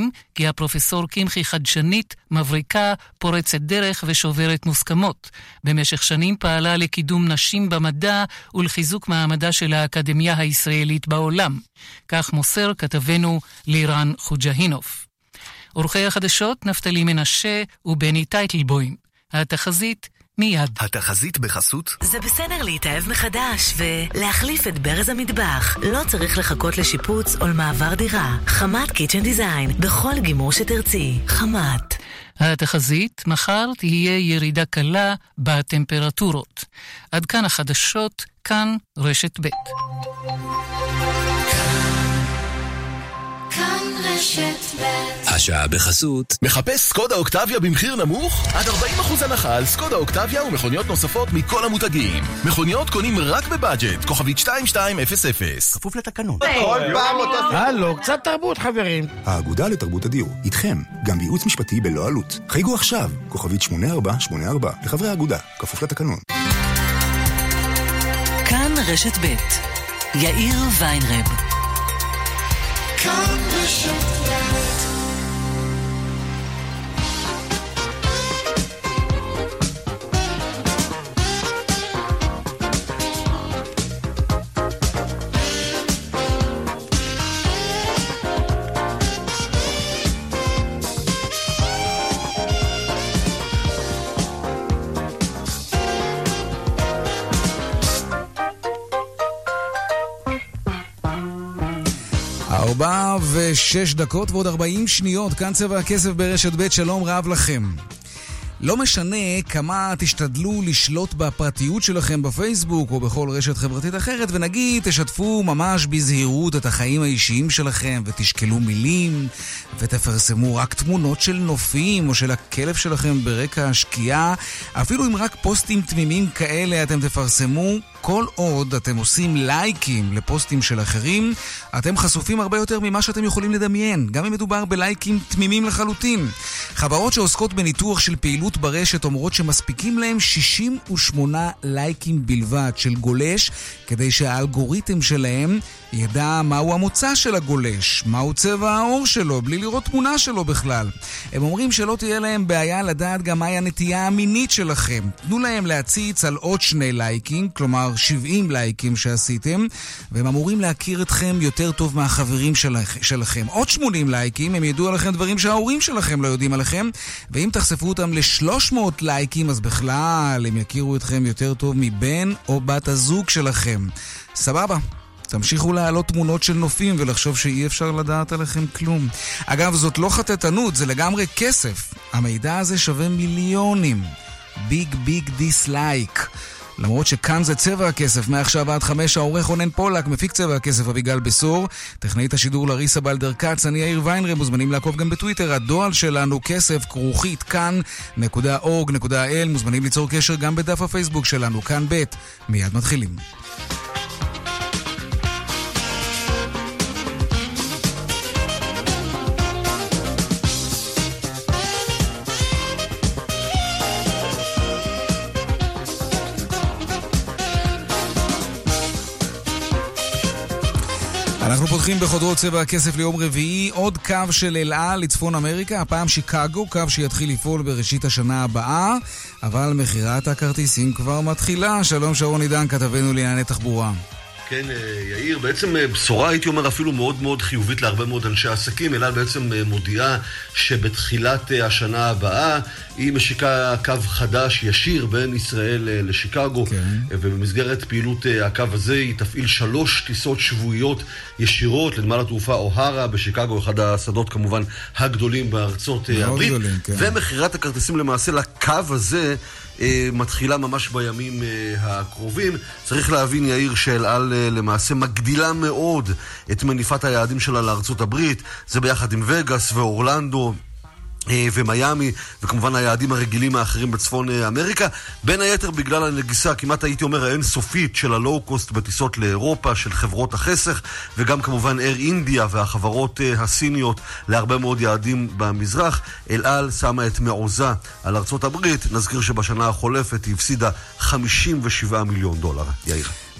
אומרים כי הפרופסור קמחי חדשנית, מבריקה, פורצת דרך ושוברת מוסכמות. במשך שנים פעלה לקידום נשים במדע ולחיזוק מעמדה של האקדמיה הישראלית בעולם. כך מוסר כתבנו לירן חוג'הינוף. עורכי החדשות נפתלי מנשה ובני טייטלבוים. התחזית מיד. התחזית בחסות? זה בסדר להתאהב מחדש ולהחליף את ברז המטבח. לא צריך לחכות לשיפוץ או למעבר דירה. חמת קיצ'ן דיזיין, בכל גימור שתרצי. חמת. התחזית, מחר תהיה ירידה קלה בטמפרטורות. עד כאן החדשות, כאן רשת ב'. השעה בחסות. מחפש סקודה אוקטביה במחיר נמוך? עד 40% הנחה על סקודה אוקטביה ומכוניות נוספות מכל המותגים. מכוניות קונים רק בבאג'ט, כוכבית 2200. כפוף לתקנון. כל פעם אותו... הלו, קצת תרבות חברים. האגודה לתרבות הדיור, איתכם, גם בייעוץ משפטי בלא עלות. חייגו עכשיו, כוכבית 8484, לחברי האגודה, כפוף לתקנון. כאן רשת ב' יאיר ויינרב. כאן רשת ב'. ארבע ושש דקות ועוד 40 שניות, כאן צבע הכסף ברשת ב', שלום רב לכם. לא משנה כמה תשתדלו לשלוט בפרטיות שלכם בפייסבוק או בכל רשת חברתית אחרת, ונגיד תשתפו ממש בזהירות את החיים האישיים שלכם ותשקלו מילים ותפרסמו רק תמונות של נופים או של הכלב שלכם ברקע השקיעה, אפילו אם רק פוסטים תמימים כאלה אתם תפרסמו, כל עוד אתם עושים לייקים לפוסטים של אחרים, אתם חשופים הרבה יותר ממה שאתם יכולים לדמיין, גם אם מדובר בלייקים תמימים לחלוטין. חברות שעוסקות בניתוח של פעילות ברשת אומרות שמספיקים להם 68 לייקים בלבד של גולש, כדי שהאלגוריתם שלהם ידע מהו המוצא של הגולש, מהו צבע העור שלו, בלי לראות תמונה שלו בכלל. הם אומרים שלא תהיה להם בעיה לדעת גם מהי הנטייה המינית שלכם. תנו להם להציץ על עוד 2 לייקים, כלומר 70 לייקים שעשיתם, והם אמורים להכיר אתכם יותר טוב מהחברים שלכם. עוד 80 לייקים, הם ידעו עליכם דברים שההורים שלכם לא יודעים עליכם, ואם תחשפו אותם ל300 לייקים, אז בכלל הם יכירו אתכם יותר טוב מבן או בת הזוג שלכם. סבבה. תמשיכו להעלות תמונות של נופים ולחשוב שאי אפשר לדעת עליכם כלום. אגב, זאת לא חטטנות, זה לגמרי כסף. המידע הזה שווה מיליונים. ביג דיסלייק. למרות שכאן זה צבע הכסף, מעכשיו עד 5, העורך רונן פולק, מפיק צבע הכסף אביגל בסור, טכנאית השידור לריסה בלדר קץ, אני יאיר ויינרב, מוזמנים לעקוב גם בטוויטר, הדואל שלנו כסף, כרוכית כאן.org.il, מוזמנים ליצור קשר גם בדף הפייסבוק שלנו, כאן ב', מיד מתחילים. אנחנו פותחים בחודרות צבע הכסף ליום רביעי, עוד קו של אל על לצפון אמריקה, הפעם שיקגו, קו שיתחיל לפעול בראשית השנה הבאה, אבל מחירת הכרטיסים כבר מתחילה. שלום שרון עידן, כתבנו לענייני תחבורה. כן, יאיר, בעצם בשורה הייתי אומר אפילו מאוד מאוד חיובית להרבה מאוד אנשי עסקים. אל על בעצם מודיעה שבתחילת השנה הבאה היא משיקה קו חדש ישיר בין ישראל לשיקגו, ובמסגרת פעילות הקו הזה היא תפעיל 3 טיסות שבועיות ישירות לנמל התעופה אוהרה בשיקגו, אחד השדות כמובן הגדולים בארצות הברית, ומחירת הכרטיסים למעשה לקו הזה מתחילה ממש בימים הקרובים. צריך להבין, יאיר, שאל על למעשה מגדילה מאוד את מניפת היעדים שלה לארצות הברית, זה ביחד עם וגאס ואורלנדו ומיימי, וכמובן היעדים הרגילים האחרים בצפון אמריקה, בין היתר בגלל הנגיסה, כמעט הייתי אומר האינסופית של הלואו-קוסט בטיסות לאירופה של חברות החסך, וגם כמובן אייר אינדיה והחברות הסיניות להרבה מאוד יעדים במזרח. אל על שמה את מעוזה על ארצות הברית. נזכיר שבשנה החולפת היא הפסידה $57 מיליון, יאיר.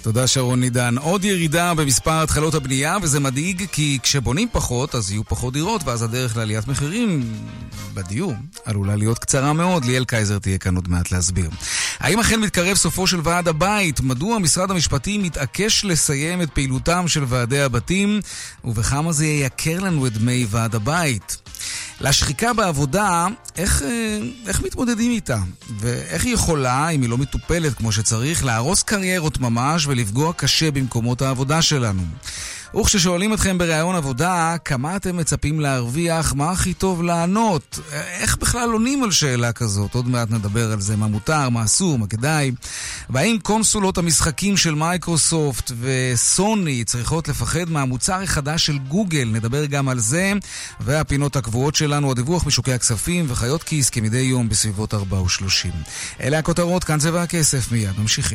תודה שרון נידן. עוד ירידה במספר התחלות הבנייה, וזה מדאיג כי כשבונים פחות אז יהיו פחות דירות, ואז הדרך לעליית מחירים בדיור עלולה להיות קצרה מאוד. ליאל קייזר תהיה כאן עוד מעט להסביר. האם אכן מתקרב סופו של ועד הבית? מדוע משרד המשפטים מתעקש לסיים את פעילותם של ועדי הבתים, ובכמה זה יקר לנו את דמי ועד הבית? לשחיקה בעבודה, איך מתמודדים איתה? ואיך היא יכולה, אם היא לא מטופלת כמו שצריך, להרוס קריירות ממש ולפגוע קשה במקומות העבודה שלנו? וכששואלים אתכם בראיון עבודה, כמה אתם מצפים להרוויח, מה הכי טוב לענות? איך בכלל עונים על שאלה כזאת? עוד מעט נדבר על זה, מה מותר, מה אסור, מה כדאי. והאם קונסולות המשחקים של מייקרוסופט וסוני צריכות לפחד מהמוצר החדש של גוגל? נדבר גם על זה. והפינות הקבועות שלנו, הדיווח משוקי הכספים וחיות כיס כמדי יום בסביבות 4:30. אלה הכותרות, כאן צבע הכסף, מיד ממשיכים.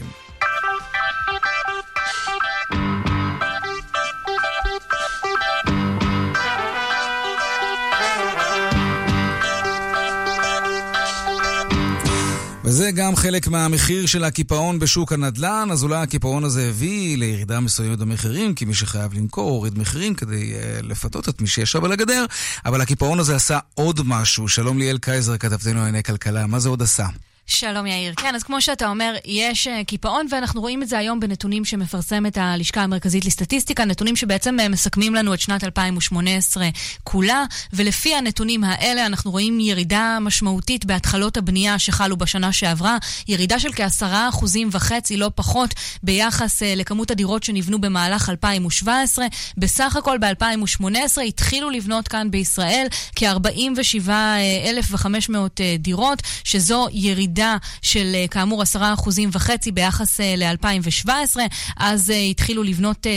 וזה גם חלק מהמחיר של הקיפאון בשוק הנדל"ן. אז אולי הקיפאון הזה הביא לירידה מסוימת במחירים, כי מי שחייב למכור הוריד מחירים כדי לפתות את מי שישב על הגדר, אבל הקיפאון הזה עשה עוד משהו. שלום ליאל קייזר, כתבתנו לענייני כלכלה. מה זה עוד עשה? שלום יאיר. כן, אז כמו שאתה אומר, יש קיפאון, ואנחנו רואים את זה היום בנתונים שמפרסמת הלשכה המרכזית לסטטיסטיקה, נתונים שבעצם מסכמים לנו את שנת 2018 כולה, ולפי הנתונים האלה אנחנו רואים ירידה משמעותית בהתחלות הבנייה שחלו בשנה שעברה, ירידה של כ10.5%, לא פחות, ביחס לכמות הדירות שנבנו במהלך 2017. בסך הכל ב-2018 התחילו לבנות כאן בישראל כ47,500 דירות, שזו ירידה של כאמור 10.5% ביחס ל-2017. אז התחילו לבנות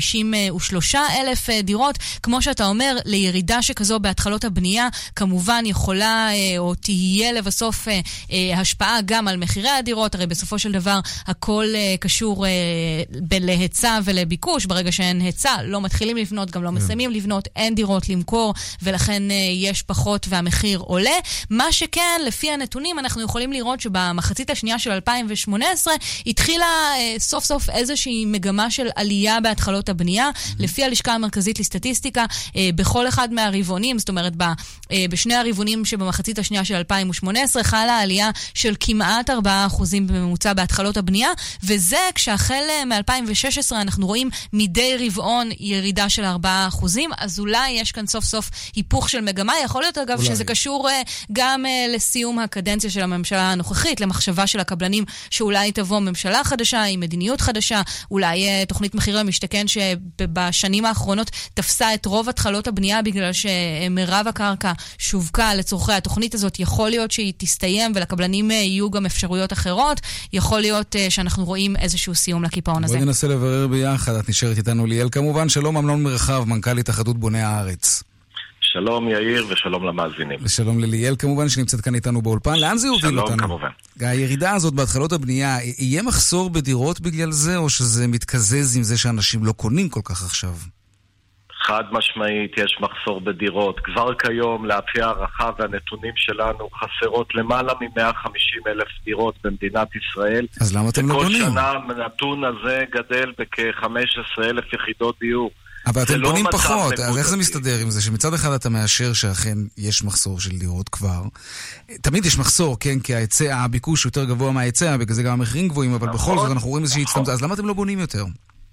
כ53,000 דירות. כמו שאתה אומר, לירידה שכזו בהתחלות הבנייה כמובן יכולה או תהיה לבסוף השפעה גם על מחירי הדירות. הרי בסופו של דבר הכל קשור להיצע ולביקוש. ברגע שאין היצע לא מתחילים לבנות, גם לא מסיימים לבנות, אין דירות למכור, ולכן יש פחות והמחיר עולה. מה שכן, לפי הנתונים אנחנו יכולים לראות שבמחצית השנייה של 2018 התחילה סוף סוף איזושהי מגמה של עלייה בהתחלות הבנייה. לפי הלשכה המרכזית לסטטיסטיקה, בכל אחד מהרבעונים, זאת אומרת בשני הרבעונים שבמחצית השנייה של 2018 חלה עלייה של כמעט 4% בממוצע בהתחלות הבנייה, וזה כשהחל מ-2016 אנחנו רואים מדי רבעון ירידה של 4%. אז אולי יש כאן סוף סוף היפוך של מגמה. יכול להיות אגב אולי שזה קשור גם לסיום הקדנציה של הממשלה הנוכחית, למחשבה של הקבלנים שאולי תבוא ממשלה חדשה עם מדיניות חדשה, אולי תוכנית מחיר למשתכן שבשנים האחרונות תפסה את רוב התחלות הבנייה בגלל שמרב הקרקע שווקה לצורכי התוכנית הזאת. יכול להיות שהיא תסתיים ולקבלנים יהיו גם אפשרויות אחרות. יכול להיות שאנחנו רואים איזשהו סיום לקיפאון הזה. בואי ננסה לברר ביחד. את נשארת איתנו ליאל כמובן. שלום אמנון מרחב, מנכ"ל התאחדות בוני הארץ. שלום יאיר ושלום למאזינים. ושלום לליאל כמובן שנמצאת כאן איתנו באולפן. לאן זה יוביל אותנו? שלום כמובן. הירידה הזאת בהתחלות הבנייה, יהיה מחסור בדירות בגלל זה, או שזה מתקזז עם זה שאנשים לא קונים כל כך עכשיו? חד משמעית יש מחסור בדירות. כבר כיום, לפי הערכה והנתונים שלנו, חסרות למעלה מ-150,000 דירות במדינת ישראל. אז למה אתם לא קונים? כל שנה הנתון הזה גדל בכ-15,000 יחידות דיור. אבל אתם לא בונים פחות, אז איך זה מסתדר עם זה? שמצד אחד אתה מאשר שאכן יש מחסור של דירות כבר. תמיד יש מחסור, כן, כי הביקוש יותר גבוה מההיצע, בגלל זה גם המחירים גבוהים, אבל בכל זאת אנחנו רואים איזושהי הצטמצמות. אז למה אתם לא בונים יותר?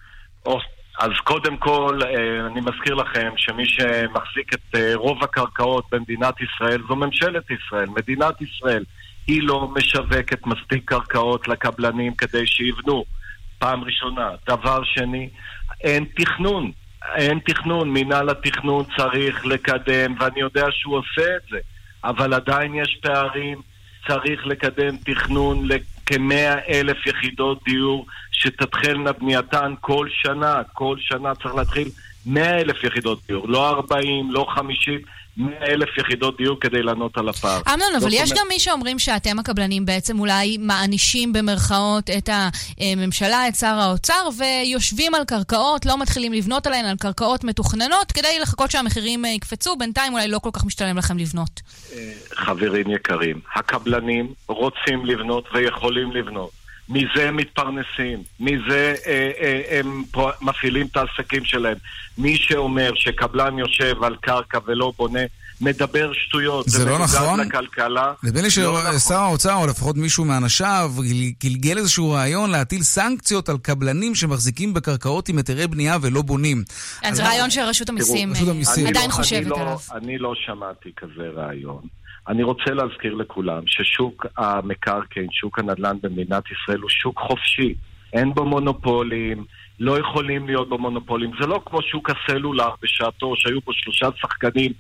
אז קודם כל, אני מזכיר לכם שמי שמחזיק את רוב הקרקעות במדינת ישראל זו ממשלת ישראל. מדינת ישראל היא לא משווקת מספיק קרקעות לקבלנים כדי שיבנו. פעם ראשונה. דבר שני, אין תכנון. אין תכנון, מינהל התכנון צריך לקדם, ואני יודע שהוא עושה את זה, אבל עדיין יש פערים. צריך לקדם תכנון לכ100,000 יחידות דיור שתתחלנה בנייתן כל שנה. כל שנה צריך להתחיל 100,000 יחידות דיור, לא 40, לא 50, 100,000 יחידות דיור כדי לענות על הפער. אמנון, אבל יש גם מי שאומרים שאתם הקבלנים בעצם אולי מענישים במרכאות את הממשלה, את שר האוצר, ויושבים על קרקעות, לא מתחילים לבנות עליהן, על קרקעות מתוכננות, כדי לחכות שהמחירים יקפצו, בינתיים אולי לא כל כך משתלם לכם לבנות. חברים יקרים, הקבלנים רוצים לבנות ויכולים לבנות. מזה הם מתפרנסים, מזה הם מפעילים את העסקים שלהם. מי שאומר שקבלן יושב על קרקע ולא בונה, מדבר שטויות. זה לא נכון? לכלכלה. נדמה לי ששר האוצר, או לפחות מישהו מאנשיו, גלגל איזשהו רעיון להטיל סנקציות על קבלנים שמחזיקים בקרקעות עם היתרי בנייה ולא בונים. אז רעיון שרשות המיסים עדיין חושבת עליו. אני לא שמעתי כזה רעיון. אני רוצה להזכיר לכולם ששוק המקרקעין, שוק הנדל"ן במדינת ישראל הוא שוק חופשי. אין בו מונופולים, לא יכולים להיות בו מונופולים. זה לא כמו שוק הסלולר בשעתו, שהיו פה 3 שחקנים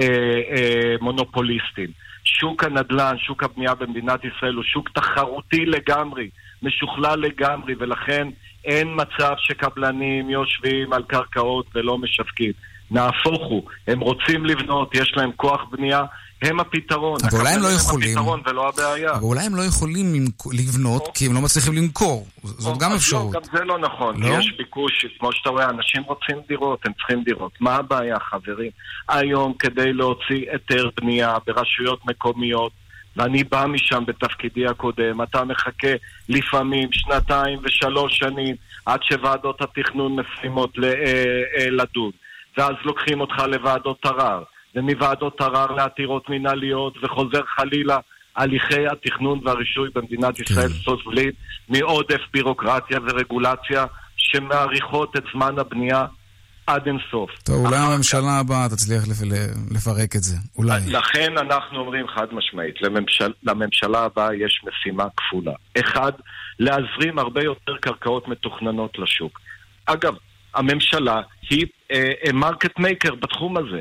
מונופוליסטים. שוק הנדל"ן, שוק הבנייה במדינת ישראל הוא שוק תחרותי לגמרי, משוכלל לגמרי, ולכן אין מצב שקבלנים יושבים על קרקעות ולא משווקים. נהפוך הוא, הם רוצים לבנות, יש להם כוח בנייה, הם הפתרון. אבל אולי הם לא יכולים. הפתרון ולא הבעיה. אבל אולי הם לא יכולים לבנות כי הם לא מצליחים למכור. זאת גם אפשרות. גם זה לא נכון. יש ביקוש, כמו שאתה רואה, אנשים רוצים דירות, הם צריכים דירות. מה הבעיה, חברים? היום כדי להוציא היתר בנייה ברשויות מקומיות, ואני בא משם בתפקידי הקודם, אתה מחכה לפעמים 2 ו3 שנים עד שוועדות התכנון מסיימות לדון. ואז לוקחים אותך לוועדות ערר. ומוועדות ערר לעתירות מנהליות, וחוזר חלילה, הליכי התכנון והרישוי במדינת ישראל סובלים מעודף בירוקרטיה ורגולציה שמעריכות את זמן הבנייה עד אינסוף. טוב, אולי הממשלה הבאה תצליח לפרק את זה, אולי. לכן אנחנו אומרים חד משמעית, לממשלה הבאה יש משימה כפולה. 1, להזרים הרבה יותר קרקעות מתוכננות לשוק. אגב, הממשלה היא מרקט מייקר בתחום הזה.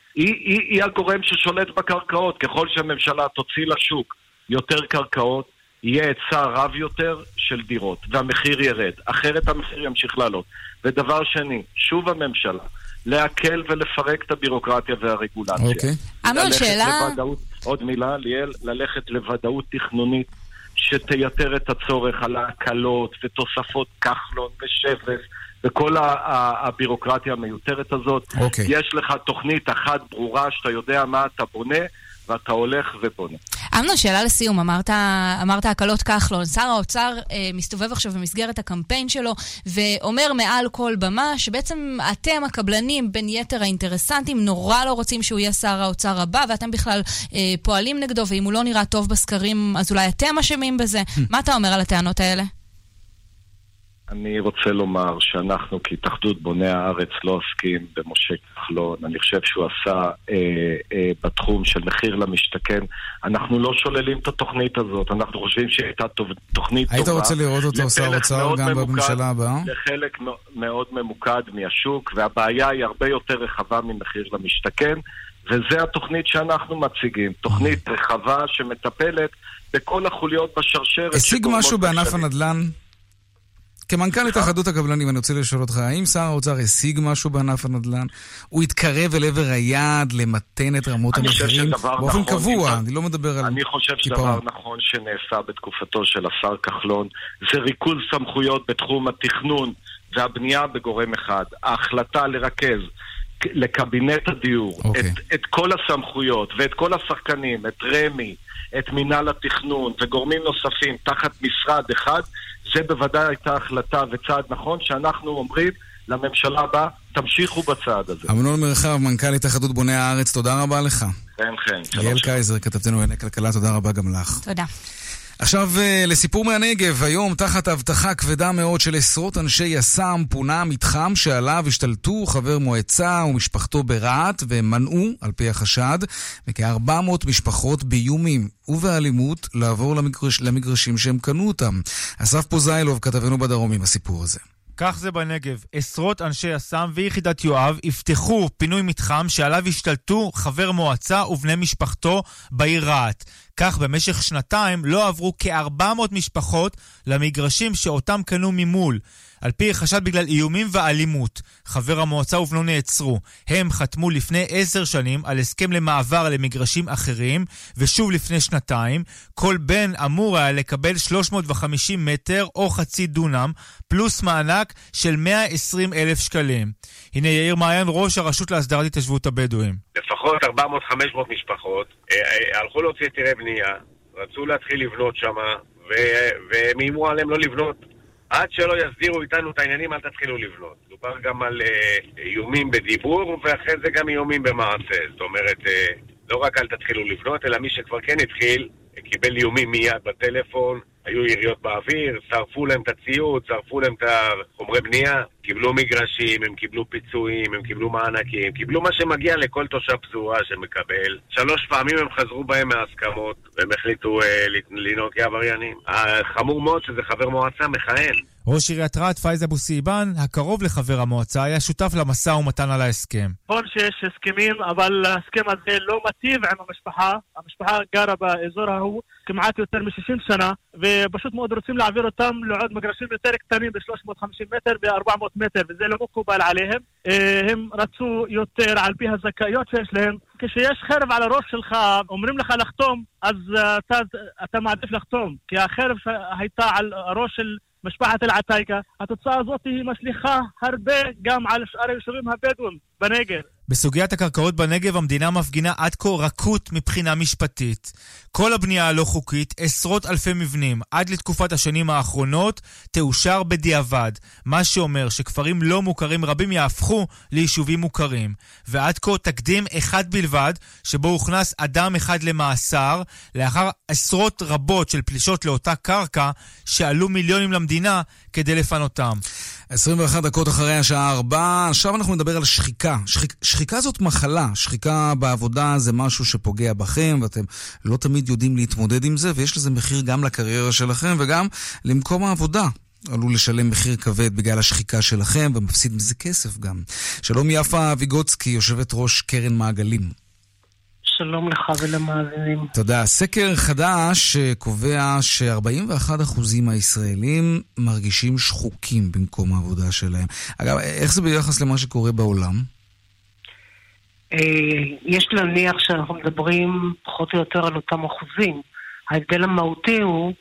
היא הגורם ששולט בקרקעות. ככל שהממשלה תוציא לשוק יותר קרקעות, יהיה היצע רב יותר של דירות, והמחיר ירד. אחרת המחיר ימשיך לעלות. ודבר שני, שוב הממשלה, להקל ולפרק את הבירוקרטיה והרגולציה. אוקיי. אמר שאלה... עוד מילה, ליאל, ללכת לוודאות תכנונית שתייתר את הצורך על ההקלות ותוספות כחלון ושבס וכל הבירוקרטיה המיותרת הזאת. יש לך תוכנית אחת ברורה שאתה יודע מה אתה בונה ואתה הולך ובונה. אמנון, שאלה לסיום, אמרת הקלות כחלון. שר האוצר מסתובב עכשיו במסגרת הקמפיין שלו ואומר מעל כל במה שבעצם אתם הקבלנים בין יתר האינטרסנטים נורא לא רוצים שהוא יהיה שר האוצר הבא, ואתם בכלל פועלים נגדו, ואם הוא לא נראה טוב בסקרים אז אולי אתם אשמים בזה. מה אתה אומר על הטענות האלה? אני רוצה לומר שאנחנו כהתאחדות בוני הארץ לא עוסקים במשה כחלון. אני חושב שהוא עשה בתחום של מחיר למשתכן. אנחנו לא שוללים את התוכנית הזאת. אנחנו חושבים שהייתה תוכנית טובה. היית רוצה לראות אותו שר אוצר גם בממשלה הבאה? לחלק מאוד ממוקד מהשוק, והבעיה היא הרבה יותר רחבה ממחיר למשתכן, וזה התוכנית שאנחנו מציגים. תוכנית רחבה שמטפלת בכל החוליות בשרשרת. השיג משהו בענף הנדל"ן? כמנכ"ל התאחדות הקבלנים, אני רוצה לשאול אותך, האם שר האוצר השיג משהו בענף הנדל"ן? הוא התקרב אל עבר היעד למתן את רמות המחירים באופן קבוע, אני לא מדבר על... אני חושב שדבר נכון שנעשה בתקופתו של השר כחלון, זה ריכוז סמכויות בתחום התכנון והבנייה בגורם אחד. ההחלטה לרכז לקבינט הדיור את כל הסמכויות ואת כל השחקנים, את רמי, את מינהל התכנון וגורמים נוספים תחת משרד אחד, זה בוודאי הייתה החלטה וצעד נכון שאנחנו אומרים לממשלה הבאה, תמשיכו בצעד הזה. אמנון מרחב, מנכ"ל התאחדות בוני הארץ, תודה רבה לך. כן. ליאל קייזר, כתבתנו לענייני כלכלה, תודה רבה גם לך. תודה. עכשיו לסיפור מהנגב. היום תחת הבטחה כבדה מאוד של עשרות אנשי יס"מ פונה מתחם שעליו השתלטו חבר מועצה ומשפחתו ברעת ומנעו על פי החשד וכ-400 משפחות באיומים ובאלימות לעבור למגרשים שהם קנו אותם. אסף פוזיילוב כתבנו בדרום עם הסיפור הזה. כך זה בנגב. עשרות אנשי יס"מ ויחידת יואב יפתחו פינוי מתחם שעליו השתלטו חבר מועצה ובני משפחתו בעיר רעת. כך במשך 2 לא עברו כ-400 משפחות למגרשים שאותם קנו ממול. על פי חשד בגלל איומים ואלימות, חבר המועצה ובנו נעצרו. הם חתמו לפני 10 שנים על הסכם למעבר למגרשים אחרים, ושוב לפני 2. כל בן אמור היה לקבל 350 מטר או חצי דונם, פלוס מענק של 120,000 שקלים. הנה יאיר מעיין, ראש הרשות להסדרת התיישבות הבדואים. לפחות 400-500 משפחות הלכו להוציא היתרי בנייה, רצו להתחיל לבנות שם, והם איימו עליהם לא לבנות. עד שלא יסדירו איתנו את העניינים, אל תתחילו לבנות. דובר גם על איומים בדיבור, ואחרי זה גם איומים במעשה. זאת אומרת, לא רק אל תתחילו לבנות, אלא מי שכבר כן התחיל, קיבל איומים מיד בטלפון, היו יריות באוויר, שרפו להם את הציוד, שרפו להם את חומרי בנייה, קיבלו מגרשים, הם קיבלו פיצויים, הם קיבלו מענקים, קיבלו מה שמגיע לכל תושב פזורה שמקבל. 3 פעמים הם חזרו בהם מההסכמות, והם החליטו לנהוג כעבריינים. חמור מאוד שזה חבר מועצה מכהן. ראש עיריית רהט פאיז אבו סהיבן, הקרוב לחבר המועצה, היה שותף למשא ומתן על ההסכם. נכון שיש הסכמים, אבל ההסכם הזה לא מטיב עם המשפחה. המשפחה גרה באזור ההוא כמעט יותר מ-60 שנה, ופשוט מאוד רוצים להעביר אותם לעוד מגרשים יותר קטנים ב-350 מטר ו-400 מטר, וזה לא מקובל עליהם. הם רצו יותר על פי הזכאיות שיש להם. כשיש חרב על הראש שלך, אומרים לך לחתום, אז אתה מעדיף לחתום, כי החרב הייתה על הראש של משפחת אל-עתאיקה. התוצאה הזאת היא משליכה הרבה גם על שאר היישובים הבדואים בנגב. בסוגיית הקרקעות בנגב המדינה מפגינה עד כה רכות מבחינה משפטית. כל הבנייה הלא חוקית, עשרות אלפי מבנים, עד לתקופת השנים האחרונות, תאושר בדיעבד. מה שאומר שכפרים לא מוכרים רבים יהפכו ליישובים מוכרים. ועד כה תקדים אחד בלבד, שבו הוכנס אדם אחד למאסר, לאחר עשרות רבות של פלישות לאותה קרקע, שעלו מיליונים למדינה כדי לפנותם. 21 דקות אחרי השעה 4, עכשיו אנחנו נדבר על שחיקה. שחיקה זאת מחלה, שחיקה בעבודה זה משהו שפוגע בכם, ואתם לא תמיד יודעים להתמודד עם זה, ויש לזה מחיר גם לקריירה שלכם, וגם למקום העבודה. עלו לשלם מחיר כבד בגלל השחיקה שלכם, ומפסיד מזה כסף גם. שלום יפה ויגוצקי, יושבת ראש קרן מעגלים. שלום לך ולמאזינים. תודה. סקר חדש קובע ש41% מהישראלים מרגישים שחוקים במקום העבודה שלהם. אגב, איך זה ביחס למה שקורה בעולם? יש להניח שאנחנו מדברים פחות או יותר על אותם אחוזים. ההבדל המהותי הוא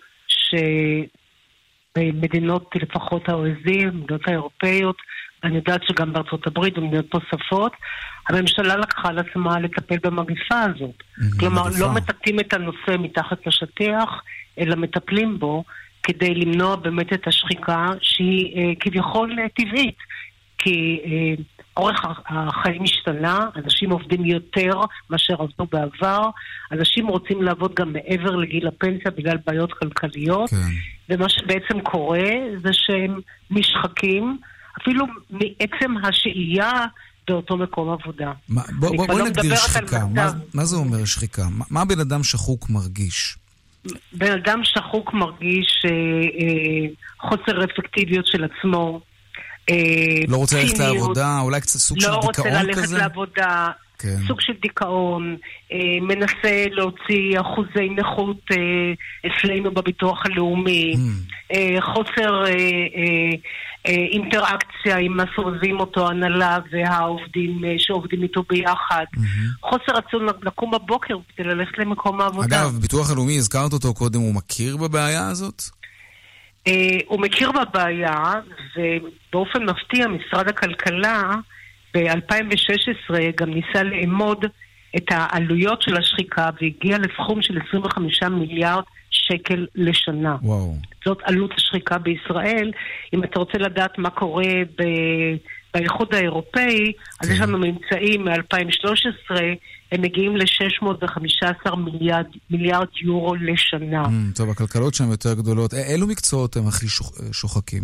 שבמדינות לפחות ה-OECD, במדינות האירופאיות, אני יודעת שגם בארצות הברית ומדינות נוספות, הממשלה לקחה על עצמה לטפל במגפה הזאת. כלומר, לא מטפלים את הנושא מתחת לשטיח, אלא מטפלים בו כדי למנוע באמת את השחיקה שהיא כביכול טבעית. כי אורך החיים משתנה, אנשים עובדים יותר מאשר עבדו בעבר, אנשים רוצים לעבוד גם מעבר לגיל הפנסיה בגלל בעיות כלכליות, ומה שבעצם קורה זה שהם נשחקים, אפילו מעצם השהייה באותו מקום עבודה. בוא נגדיר שחיקה. מה זה אומר שחיקה? מה בן אדם שחוק מרגיש? בן אדם שחוק מרגיש חוסר אפקטיביות של עצמו, לא רוצה ללכת לעבודה, אולי קצת סוג של דיכאון כזה? לא רוצה ללכת לעבודה, סוג של דיכאון, מנסה להוציא אחוזי נכות אצלנו בביטוח הלאומי, חוסר אינטראקציה עם הסובבים אותו, הנהלה והעובדים שעובדים איתו ביחד, חוסר רצון לקום בבוקר כדי ללכת למקום העבודה. אגב, ביטוח הלאומי, הזכרת אותו קודם, הוא מכיר בבעיה הזאת? הוא מכיר בבעיה, ובאופן מפתיע משרד הכלכלה ב-2016 גם ניסה לאמוד את העלויות של השחיקה, והגיע לסכום של 25 מיליארד שקל לשנה. וואו. זאת עלות השחיקה בישראל. אם אתה רוצה לדעת מה קורה באיחוד האירופאי, אז יש לנו ממצאים מ-2013, הם מגיעים ל-615 מיליארד יורו לשנה. טוב, הכלכלות שם יותר גדולות. אילו מקצועות הם הכי שוחקים?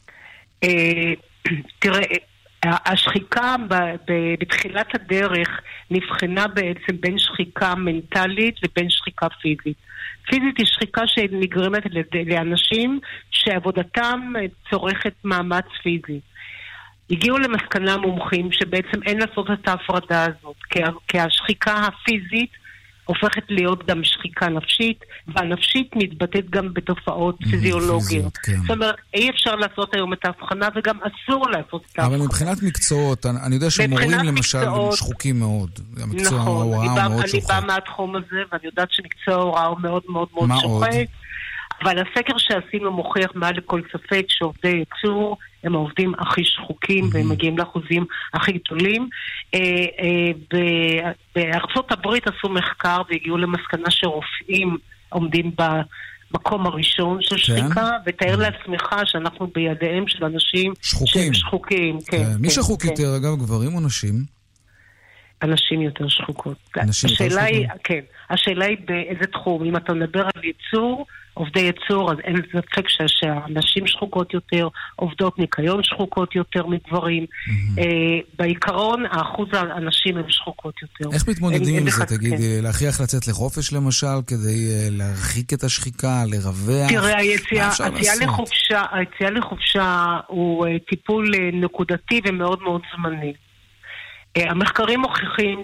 תראה, השחיקה בתחילת הדרך נבחנה בעצם בין שחיקה מנטלית לבין שחיקה פיזית. פיזית היא שחיקה שנגרמת לאנשים שעבודתם צורכת מאמץ פיזי. הגיעו למסקנה מומחים שבעצם אין לעשות את ההפרדה הזאת, כי השחיקה הפיזית הופכת להיות גם שחיקה נפשית, והנפשית מתבטאת גם בתופעות פיזיולוגיות. זאת אומרת, אי אפשר לעשות היום את ההבחנה, וגם אסור לעשות את ההבחנה. אבל מבחינת מקצועות, אני יודע שמורים למשל שחוקים מאוד. נכון, אני באה מהתחום הזה, ואני יודעת שמקצוע ההוראה הוא מאוד מאוד מאוד שוחק. אבל הסקר שעשינו מוכיח מעל לכל ספק שעובדי ייצור הם העובדים הכי שחוקים והם מגיעים לאחוזים הכי גדולים. בארצות הברית עשו מחקר והגיעו למסקנה שרופאים עומדים מקום הראשון של שחיקה, ותאר לעצמך שאנחנו בידיהם של אנשים שחוקים. מי שחוק יותר, אגב, גברים או נשים? אנשים יותר שחוקות. השאלה היא באיזה תחום. אם אתה מדבר על ייצור, עובדי ייצור, אז אין ספק שהנשים שחוקות יותר, עובדות ניקיון שחוקות יותר מגברים. בעיקרון, האחוז האנשים הם שחוקות יותר. איך מתמודדים עם זה, תגידי? להכריח לצאת לחופש למשל, כדי להרחיק את השחיקה, לרווח? תראה, היציאה לחופשה הוא טיפול נקודתי ומאוד מאוד זמני. המחקרים מוכיחים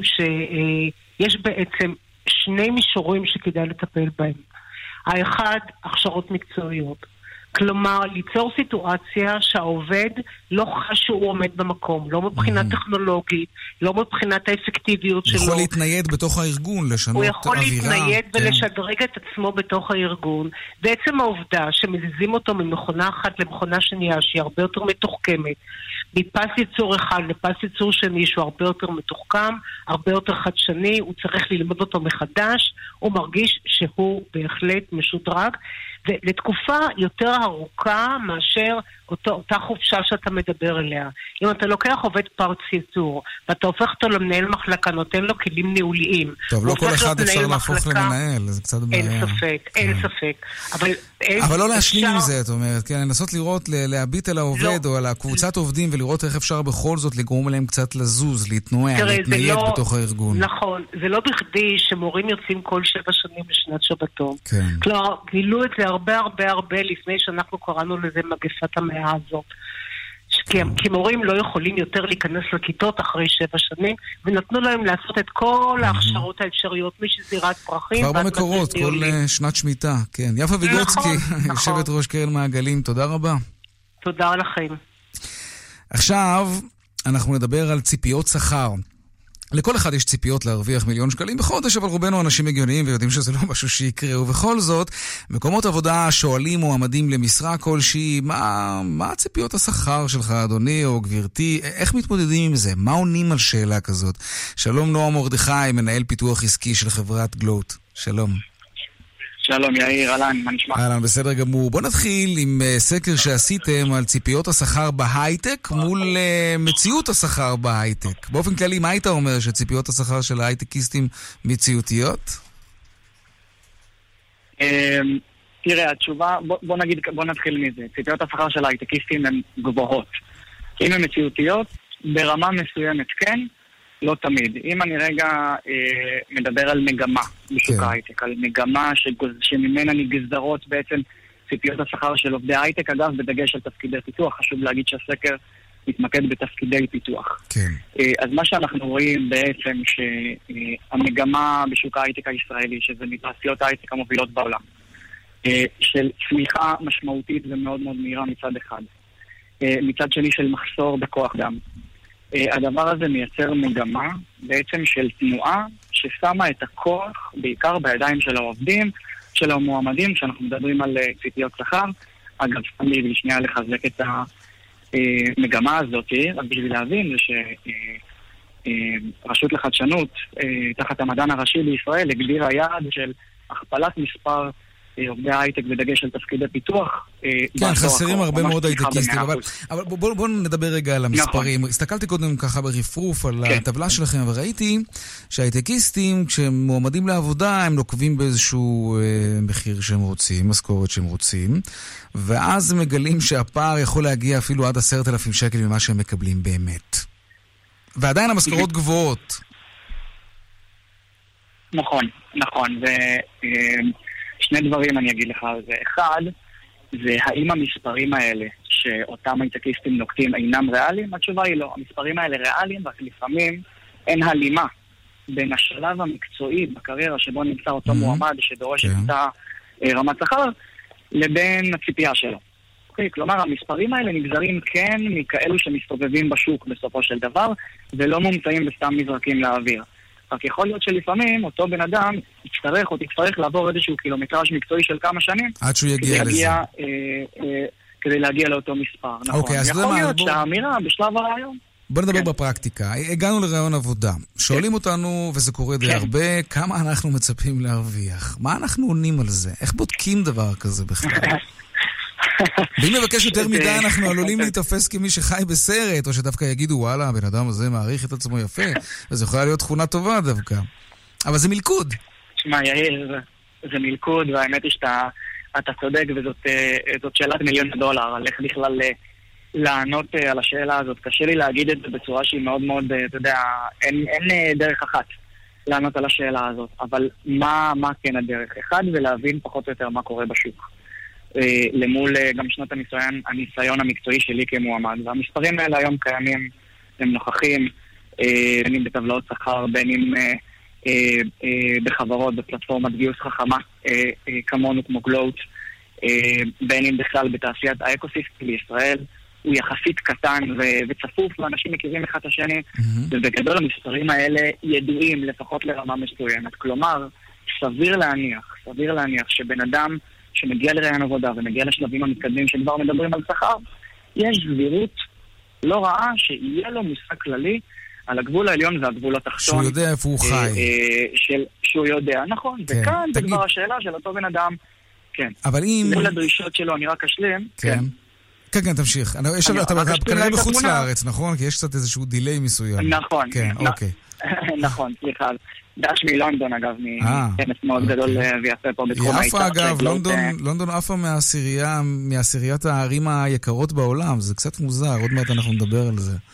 שיש בעצם שני מישורים שכדאי לטפל בהם. האחד, הכשרות מקצועיות. כלומר, ליצור סיטואציה שהעובד לא חש שהוא עומד במקום, לא מבחינה טכנולוגית, לא מבחינת האפקטיביות שלו. הוא יכול להתנייד בתוך הארגון, לשנות אווירה. הוא יכול להתנייד ולשדרג את עצמו בתוך הארגון. בעצם העובדה שמזיזים אותו ממכונה אחת למכונה שנייה, שהיא הרבה יותר מתוחכמת, מפס ייצור אחד לפס ייצור שני, שהוא הרבה יותר מתוחכם, הרבה יותר חדשני, הוא צריך ללמוד אותו מחדש, הוא מרגיש שהוא בהחלט משודרג, ולתקופה יותר ארוכה מאשר אותה חופשה שאתה מדבר עליה. אם אתה לוקח עובד פרץ ייצור, ואתה הופך אותו למנהל מחלקה, נותן לו כלים ניהוליים. טוב, לא כל אחד אפשר להפוך למנהל, זה קצת בעיה. אין ספק. אבל לא להשלים עם זה, את אומרת, כן, לנסות לראות, להביט על העובד או על הקבוצת עובדים, ולראות איך אפשר בכל זאת לגרום להם קצת לזוז, להתנועע, להתנייד בתוך הארגון. נכון, זה לא בכדי שמורים יוצאים כל 7 שנים לשנת שבתון. כלומר, גילו את זה הרבה לפני שאנחנו קראנו לזה מגפת המאה הזאת. כי מורים לא יכולים יותר להיכנס לכיתות אחרי 7 שנים, ונתנו להם לעשות את כל ההכשרות האפשריות, משזירת פרחים. כבר במקורות, כל שנת שמיטה, כן. יפה ויגוצקי, יושבת ראש קרן מעגלים, תודה רבה. תודה לכם. עכשיו, אנחנו נדבר על ציפיות שכר. לכל אחד יש ציפיות להרוויח 1,000,000 שקלים בחודש, אבל רובנו אנשים הגיוניים ויודעים שזה לא משהו שיקרה. ובכל זאת, מקומות עבודה שואלים מועמדים למשרה כלשהי, מה ציפיות השכר שלך, אדוני או גברתי? איך מתמודדים עם זה? מה עונים על שאלה כזאת? שלום נועם מרדכי, מנהל פיתוח עסקי של חברת גלוט. שלום. שלום יאיר, אהלן, מה נשמע? אהלן, בסדר גמור. בוא נתחיל עם סקר שעשיתם על ציפיות השכר בהייטק מול מציאות השכר בהייטק. באופן כללי, מה היית אומר שציפיות השכר של ההייטקיסטים מציאותיות? תראה, התשובה, בוא נתחיל מזה. ציפיות השכר של ההייטקיסטים הן גבוהות. אם הן מציאותיות, ברמה מסוימת כן, לא תמיד. אם אני רגע מדבר על מגמה בשוק ההייטק, על מגמה שממנה נגזרות בעצם ציפיות השכר של עובדי ההייטק, אגב, בדגש על תפקידי פיתוח, חשוב להגיד שהסקר מתמקד בתפקידי פיתוח. אז מה שאנחנו רואים בעצם שהמגמה בשוק ההייטק הישראלי, שזה מתעשיות ההייטק המובילות בעולם, של צמיחה משמעותית ומאוד מאוד מהירה מצד אחד. מצד שני של מחסור בכוח אדם. הדבר הזה מייצר מגמה בעצם של תנועה ששמה את הכוח בעיקר בידיים של העובדים, של המועמדים, כשאנחנו מדברים על ציפיות שכר. אגב, אני בשנייה לחזק את המגמה הזאת, רק בשביל להבין, זה שרשות לחדשנות, תחת המדען הראשי בישראל, הגדירה יעד של הכפלת מספר עובדי ההייטק בדגש על תפקידי פיתוח. כן, חסרים הרבה מאוד הייטקיסטים, אבל בואו נדבר רגע על המספרים. הסתכלתי קודם ככה ברפרוף על הטבלה שלכם, וראיתי שהייטקיסטים, כשהם מועמדים לעבודה, הם נוקבים באיזשהו מחיר שהם רוצים, משכורת שהם רוצים, ואז הם מגלים שהפער יכול להגיע אפילו עד 10,000 שקל ממה שהם מקבלים באמת. ועדיין המשכורות גבוהות. נכון. שני דברים אני אגיד לך על זה. אחד, זה האם המספרים האלה שאותם הייטקיסטים נוקטים אינם ריאליים? התשובה היא לא. המספרים האלה ריאליים, רק לפעמים אין הלימה בין השלב המקצועי בקריירה שבו נמצא אותו מועמד שדורש את אותה רמת שכר, לבין הציפייה שלו. כלומר, המספרים האלה נגזרים כן מכאלו שמסתובבים בשוק בסופו של דבר, ולא מומצאים בסתם מזרקים לאוויר. רק יכול להיות שלפעמים אותו בן אדם תצטרך לעבור איזשהו קילומטראז' מקצועי של כמה שנים עד שהוא יגיע לזה. כדי להגיע לאותו מספר. נכון. יכול להיות שהאמירה בשלב הרעיון בוא נדבר בפרקטיקה. הגענו לרעיון עבודה. שואלים אותנו, וזה קורה די הרבה, כמה אנחנו מצפים להרוויח. מה אנחנו עונים על זה? איך בודקים דבר כזה בכלל? ואם מבקש יותר מדי, אנחנו עלולים להתאפס כמי שחי בסרט, או שדווקא יגידו, וואלה, הבן אדם הזה מעריך את עצמו יפה, וזו יכולה להיות תכונה טובה דווקא. אבל זה מלכוד. תשמע, יאיר, זה מלכוד, והאמת היא שאתה צודק, וזאת שאלת $1,000,000, על איך בכלל לענות על השאלה הזאת. קשה לי להגיד את זה בצורה שהיא מאוד מאוד, אתה יודע, אין דרך אחת לענות על השאלה הזאת. אבל מה כן הדרך? אחד, ולהבין פחות או יותר מה קורה בשוק. למול גם שנות הניסיון המקצועי שלי כמועמד. והמספרים האלה היום קיימים, הם נוכחים, בין אם בטבלאות שכר, בין אם בחברות, בפלטפורמת גיוס חכמה, כמונו כמו גלוט, בין אם בכלל בתעשיית האקוסיסטם בישראל, הוא יחסית קטן וצפוף, ואנשים מכירים אחד את השני, ובגדול המספרים האלה ידועים לפחות לרמה מסוימת. כלומר, סביר להניח שבן אדם שמגיע לרעיון עבודה ומגיע לשלבים המתקדמים שכבר מדברים על שכר, יש סבירות לא רעה שיהיה לו מושג כללי על הגבול העליון והגבול התחתון. שהוא יודע איפה הוא חי. שהוא יודע, נכון. כן. וכאן זה כבר השאלה של אותו בן אדם. כן. אבל אם... מול הדרישות שלו, אני רק אשלים. כן. כן, תמשיך. אתה כנראה בחוץ לארץ, נכון? כי יש קצת איזשהו דיליי מסוים. נכון. כן, אוקיי. נכון, סליחה. דש מלונדון, אגב, מכנס מאוד גדול ויפה פה בתחום היא עפה, אגב, לונדון עפה מעשיריית הערים היקרות בעולם. זה קצת מוזר, עוד מעט אנחנו נדבר על זה.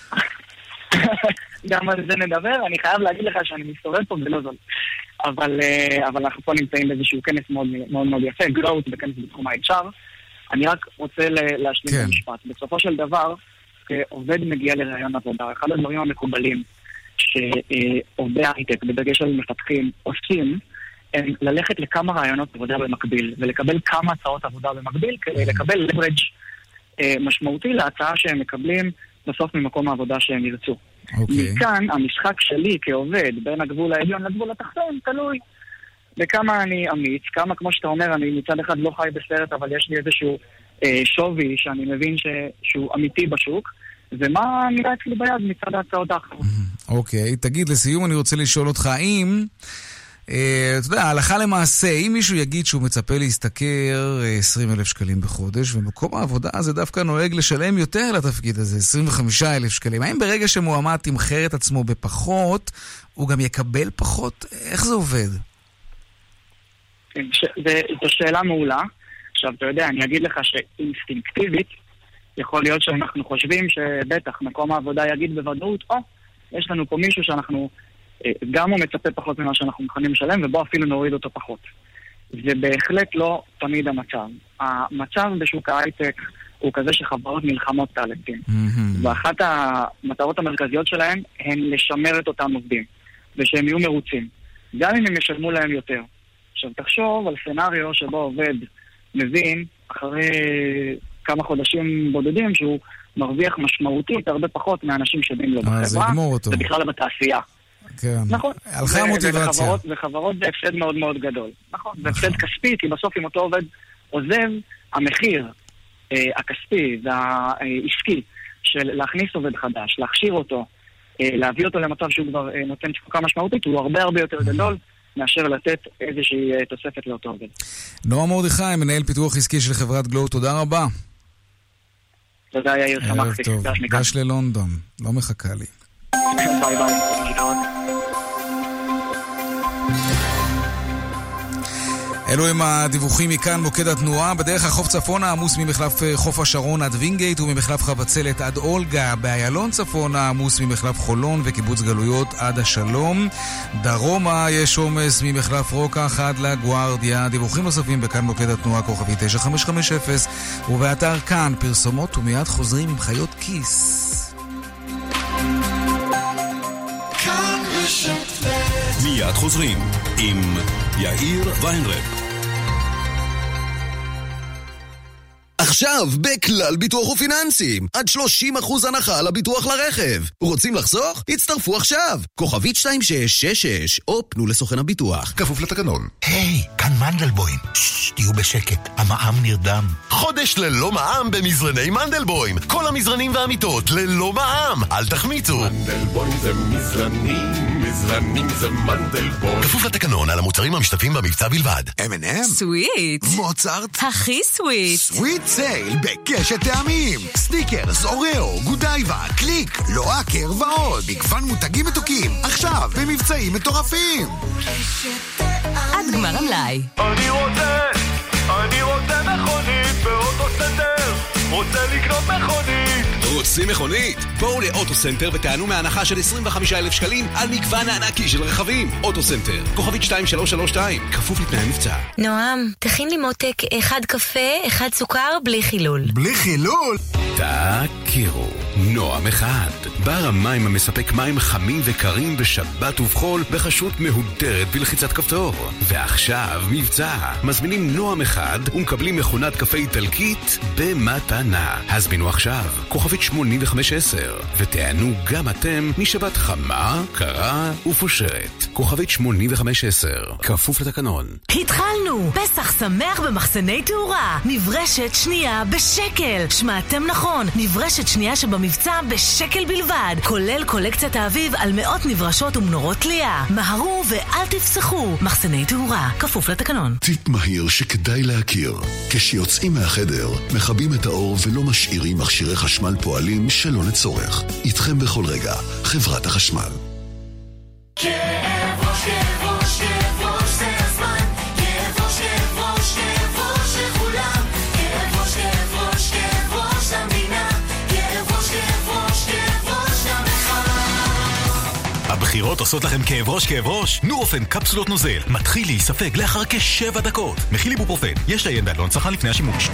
גם על זה נדבר. אני חייב להגיד לך שאני מסתובב פה ולא זול. אבל אנחנו פה נמצאים באיזשהו כנס מאוד מאוד יפה, גלוט, בכנס בתחום ה-HR. אני רק רוצה להשלים את המשפט. בסופו של דבר, עובד מגיע לרעיון עבודה. אחד הדברים המקובלים שעובדי הייטק, בדגש על מפתחים, עושים, הם ללכת לכמה רעיונות עבודה במקביל, ולקבל כמה הצעות עבודה במקביל, כדי לקבל leverage משמעותי להצעה שהם מקבלים בסוף ממקום העבודה שהם ירצו. מכאן, המשחק שלי כעובד בין הגבול העליון לגבול התחתון, תלוי בכמה אני אמיץ, כמה, כמו שאתה אומר, אני מצד אחד לא חי בסרט, אבל יש לי איזשהו שווי שאני מבין שהוא אמיתי בשוק, ומה נראה אצלי ביד מצד ההצעות האחרות. אוקיי, תגיד, לסיום אני רוצה לשאול אותך, האם, אתה יודע, הלכה למעשה, אם מישהו יגיד שהוא מצפה להשתכר 20,000 שקלים בחודש, ומקום העבודה הזה דווקא נוהג לשלם יותר לתפקיד הזה, 25,000 שקלים, האם ברגע שמועמד תמחר את עצמו בפחות, הוא גם יקבל פחות? איך זה עובד? זו שאלה מעולה. עכשיו, אתה יודע, אני אגיד לך שאינסטינקטיבית, יכול להיות שאנחנו חושבים שבטח מקום העבודה יגיד בוודאות, יש לנו פה מישהו שאנחנו, גם הוא מצפה פחות ממה שאנחנו מוכנים לשלם, ובוא אפילו נוריד אותו פחות. זה בהחלט לא תמיד המצב. המצב בשוק ההייטק הוא כזה שחברות נלחמות טלנטים. ואחת המטרות המרכזיות שלהם הן לשמר את אותם עובדים, ושהם יהיו מרוצים. גם אם הם ישלמו להם יותר. עכשיו תחשוב על סנריו שבו עובד מבין אחרי כמה חודשים בודדים שהוא מרוויח משמעותית הרבה פחות מאנשים שבין לו בחברה, ובכלל בתעשייה. כן. נכון. הלכה המוטיבציה. וחברות זה הפסד מאוד מאוד גדול. נכון. זה הפסד כספי, כי בסוף אם אותו עובד עוזב, המחיר הכספי והעסקי של להכניס עובד חדש, להכשיר אותו, להביא אותו למצב שהוא כבר נותן תפוקה משמעותית, הוא הרבה הרבה יותר גדול מאשר לתת איזושהי תוספת לאותו עובד. נועם מרדכי, מנהל פיתוח עסקי של חברת גלוט, תודה רבה. תודה יאיר, שמחתי. ערב טוב, גש ללונדון, לא מחכה לי. ביי ביי, להתראות. אלו הם הדיווחים מכאן מוקד התנועה. בדרך החוף צפונה עמוס ממחלף חוף השרון עד וינגייט וממחלף חבצלת עד אולגה. באיילון צפונה עמוס ממחלף חולון וקיבוץ גלויות עד השלום. דרומה יש עומס ממחלף רוקח עד לגוארדיה. דיווחים נוספים בכאן מוקד התנועה כוכבי 9550 ובאתר כאן פרסומות ומיד חוזרים עם חיות כיס. מיד חוזרים עם יאיר ויינרב. עכשיו, בכלל ביטוח ופיננסים. עד 30% הנחה על הביטוח לרכב. רוצים לחסוך? הצטרפו עכשיו. כוכבית 2666, או פנו לסוכן הביטוח. כפוף לתקנון. היי, כאן מנדלבוים. תהיו בשקט, המע"מ נרדם. חודש ללא מע"מ במזרני מנדלבוים. כל המזרנים והמיטות ללא מע"מ. אל תחמיצו. מנדלבוים זה מזרנים, מזרנים זה מנדלבוים. כפוף לתקנון על המוצרים המשתתפים במבצע בלבד. M&M? סוויט. מוצרט? הכי סוויט. סוויט סייל בקשת טעמים. סניקרס, אוריאו, גודייבה, קליק, לואקר ועוד. מגוון מותגים מתוקים. עכשיו במבצעים מטורפים. עד גמר המלאי. אני רוצה מכונית באוטוסנטר. רוצה לקנות מכונית. רוצים מכונית? בואו לאוטוסנטר וטענו מהנחה של 25,000 שקלים על מגוון הענקי של רכבים. אוטוסנטר, כוכבית 2332, כפוף לתנאי המבצע. נועם, תכין לי מותק 1 קפה, 1 סוכר, בלי חילול. בלי חילול? תכירו, נועם אחד. בר המים המספק מים חמים וקרים בשבת ובחול בחשות מהודרת בלחיצת כפתור. ועכשיו מבצע. מזמינים נועם אחד ומקבלים מכונת קפה איטלקית במתנה. הזמינו עכשיו, כוכבית 8510, ותענו גם אתם משבת חמה, קרה ופושרת. כוכבית 8510, כפוף לתקנון. התחלנו! פסח שמח במחסני תאורה. נברשת שנייה בשקל. שמעתם נכון, נברשת שנייה שבמבצע בשקל בלבד. כולל קולקציית האביב על מאות נברשות ומנורות תליה. מהרו ואל תפסחו. מחסני תאורה, כפוף לתקנון. טיפ מהיר שכדאי להכיר. כשיוצאים מהחדר, מכבים את האור ולא משאירים מכשירי חשמל פועלים שלא לצורך. איתכם בכל רגע, חברת החשמל. כאב ראש, כאב ראש, כאב ראש, זה הזמן. כאב ראש, כאב ראש, כאב ראש לכולם. כאב ראש, כאב ראש, כאב ראש למדינה. כאב ראש, כאב ראש, כאב ראש למחר. הבחירות עושות לכם כאב ראש, כאב ראש? נורופן קפסולות נוזל מתחיל להיספג לאחר כ7 דקות. מכיל איבופרופן, יש לעיין בעלון צרכן לפני השימוש.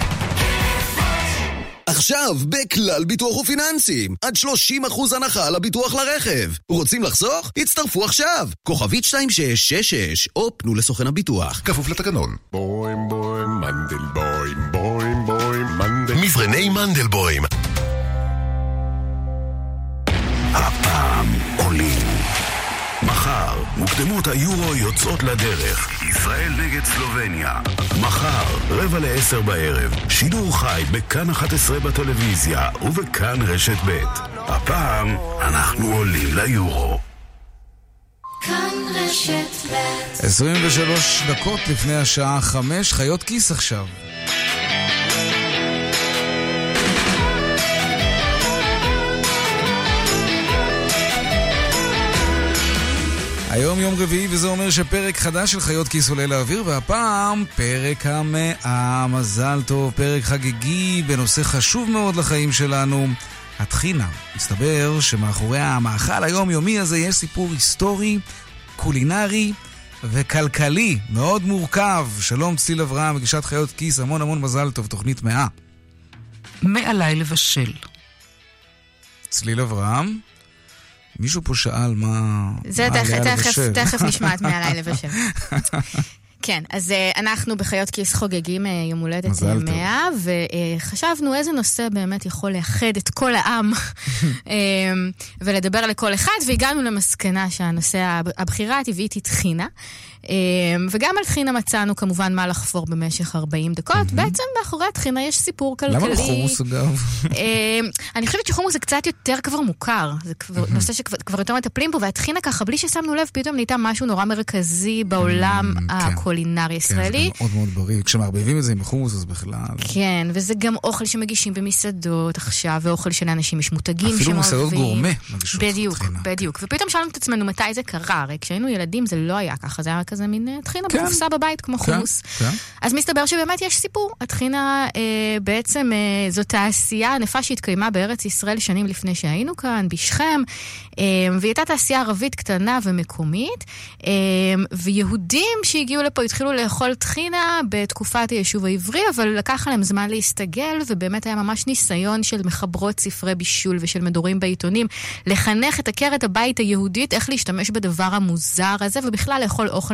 עכשיו, בכלל ביטוח ופיננסים. עד 30% הנחה על הביטוח לרכב. רוצים לחסוך? הצטרפו עכשיו. כוכבית 2666, או פנו לסוכן הביטוח. כפוף לתקנון. בוים בוים מנדלבוים, בוים בוים מנדלבוים. מזרני מנדלבוים. הפעם עולים. מחר, מוקדמות היורו יוצאות לדרך. ישראל נגד סלובניה. מחר, 9:45 בערב. שידור חי בכאן 11 בטלוויזיה ובכאן רשת ב'. הפעם אנחנו עולים ליורו. כאן רשת ב'. 23 דקות לפני השעה 5, חיות כיס עכשיו. היום יום רביעי, וזה אומר שפרק חדש של חיות כיס עולה לאוויר, והפעם פרק 100. מזל טוב, פרק חגיגי בנושא חשוב מאוד לחיים שלנו, הטחינה. מסתבר שמאחורי המאכל היומיומי הזה יש סיפור היסטורי, קולינרי וכלכלי מאוד מורכב. שלום צליל אברהם, מגישת חיות כיס, המון המון מזל טוב, תוכנית 100. מעליי לבשל. צליל אברהם, מישהו פה שאל מה... זה תכף נשמעת מעליי לבשל. כן, אז אנחנו בחיות כיס חוגגים יום הולדת 100, וחשבנו איזה נושא באמת יכול לאחד את כל העם ולדבר לכל אחד, והגענו למסקנה שהנושא, הבחירה הטבעית היא טחינה, וגם על טחינה מצאנו כמובן מה לחפור במשך 40 דקות. בעצם מאחורי הטחינה יש סיפור כלכלי. למה לחומוס אגב? אני חושבת שחומוס זה קצת יותר כבר מוכר, זה נושא שכבר יותר מטפלים פה, והטחינה ככה בלי ששמנו לב פתאום נהייתה משהו נורא מרכזי בעולם הקולינרי הישראלי. כן, זה מאוד מאוד בריא, כשמערבבים את זה עם החומוס אז בכלל. כן, וזה גם אוכל שמגישים במסעדות עכשיו, ואוכל שלאנשים יש מותגים שמערבים. אפילו מסעדות גורמה מגישות בדיוק, בדיוק. ופתאום שאלנו את עצמנו מתי זה קרה, הרי כשהיינו ילדים זה לא היה ככה, זה היה כזה מין טחינה בקופסה בבית כמו חומוס. אז מסתבר שבאמת יש סיפור. הטחינה בעצם זו תעשייה ענפה שהתקיימה בארץ ישראל שנים לפני שהיינו כאן, בשכם, והיא הייתה תעשייה ערבית קטנה ומקומית, ויהודים שהגיעו לפה התחילו לאכול טחינה בתקופת היישוב העברי, אבל לקח להם זמן להסתגל, ובאמת היה ממש ניסיון של מחברות ספרי בישול ושל מדורים בעיתונים, לחנך את עקרת הבית היהודית איך להשתמש בדבר המוזר הזה, ובכלל לאכול אוכל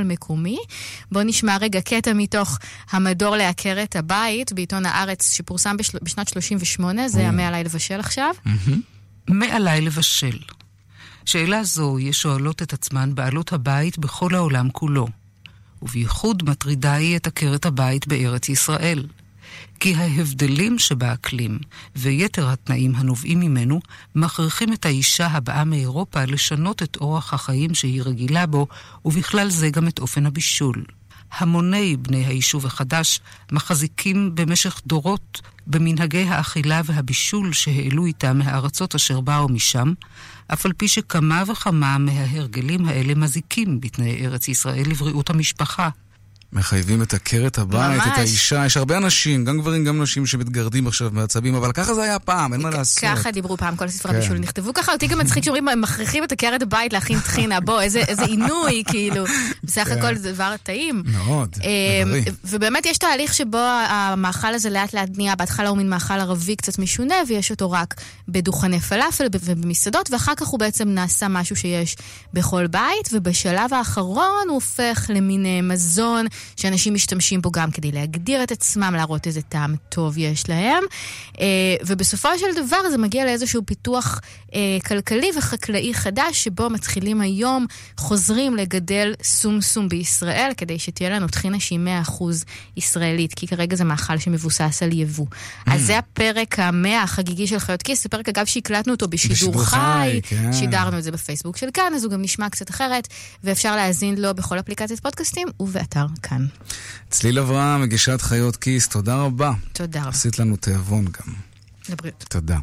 המקומי. בואו נשמע רגע קטע מתוך המדור לעקרת הבית בעיתון הארץ שפורסם בשנת 38, זה המאה לבשל עכשיו. מעלי לבשל. שאלה זו יש שואלות את עצמן בעלות הבית בכל העולם כולו, ובייחוד מטרידה היא את עקרת הבית בארץ ישראל. כי ההבדלים שבאקלים ויתר התנאים הנובעים ממנו מכריחים את האישה הבאה מאירופה לשנות את אורח החיים שהיא רגילה בו, ובכלל זה גם את אופן הבישול. המוני בני היישוב החדש מחזיקים במשך דורות במנהגי האכילה והבישול שהעלו איתם מהארצות אשר באו משם, אף על פי שכמה וכמה מההרגלים האלה מזיקים בתנאי ארץ ישראל לבריאות המשפחה. מחייבים את עקרת הבית, את האישה. יש הרבה אנשים, גם גברים, גם נשים שמתגרדים עכשיו מעצבים, אבל ככה זה היה פעם, אין מה לעשות. ככה דיברו פעם, כל הספרי הבישול נכתבו ככה. אותי גם מצחיק שאומרים, הם מכריחים את עקרת הבית להכין טחינה. בוא, איזה עינוי, כאילו. בסך הכל זה דבר טעים. מאוד, בריא. ובאמת יש תהליך שבו המאכל הזה לאט לאט נהיה, בהתחלה הוא מין מאכל ערבי קצת משונה, ויש אותו רק בדוכני פלאפל ובמסעדות, ואחר כך הוא בעצם נעשה משהו שיש בכל בית, ובשלב האחרון הוא הופך למין מזון שאנשים משתמשים בו גם כדי להגדיר את עצמם, להראות איזה טעם טוב יש להם. ובסופו של דבר זה מגיע לאיזשהו פיתוח כלכלי וחקלאי חדש, שבו מתחילים היום, חוזרים לגדל סום בישראל, כדי שתהיה לנו טחינה שהיא 100% ישראלית, כי כרגע זה מאכל שמבוסס על יבוא. אז זה הפרק 100 החגיגי של חיות כיס, זה פרק אגב שהקלטנו אותו בשידור חי, שידרנו את זה בפייסבוק של כאן, אז הוא גם נשמע קצת אחרת, ואפשר להאזין לו בכל אפליקציית פודקאסטים ובאתר כאן. צליל אברהם, מגישת חיות כיס, תודה רבה. תודה רבה. עשית לנו תיאבון גם. לבריאות. תודה.